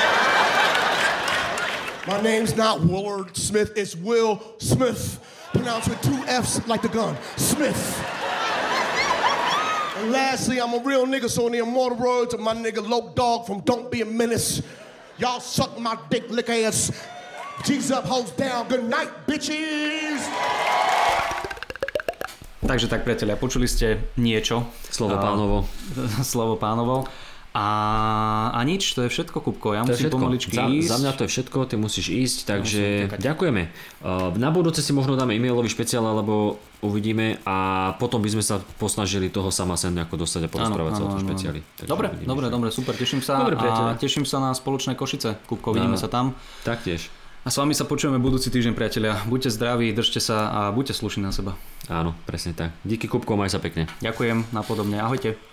My name's not Willard Smith, it's Will Smith. Pronounced with two F's like the gun, Smith. And lastly, I'm a real nigga, so in the immortal words of my nigga Loc Dog from Don't Be a Menace, y'all suck my dick, lick ass. G's up, hoes down, good night, bitches. Takže tak, priatelia, počuli ste niečo. Slovo pánovo. Slovo pánovo. A, a nič, to je všetko, Kupko. Ja musím pomaličky za, ísť. Za mňa to je všetko, ty musíš ísť, takže ďakujeme. Na budúce si možno dáme e-mailový špeciál, alebo uvidíme a potom by sme sa posnažili toho sama sem nejako dostať a porozprávať sa o tom špeciáli. Dobre, uvidíme, dobre, že... dobre, super, teším sa. Dobre, a teším sa na spoločné Košice. Kupko, vidíme no, sa tam. Taktiež. A s vami sa počujeme budúci týždeň, priatelia. Buďte zdraví, držte sa a buďte slušní na seba. Áno, presne tak. Díky, Kupko, maj sa pekne. Ďakujem, napodobne. Ahojte.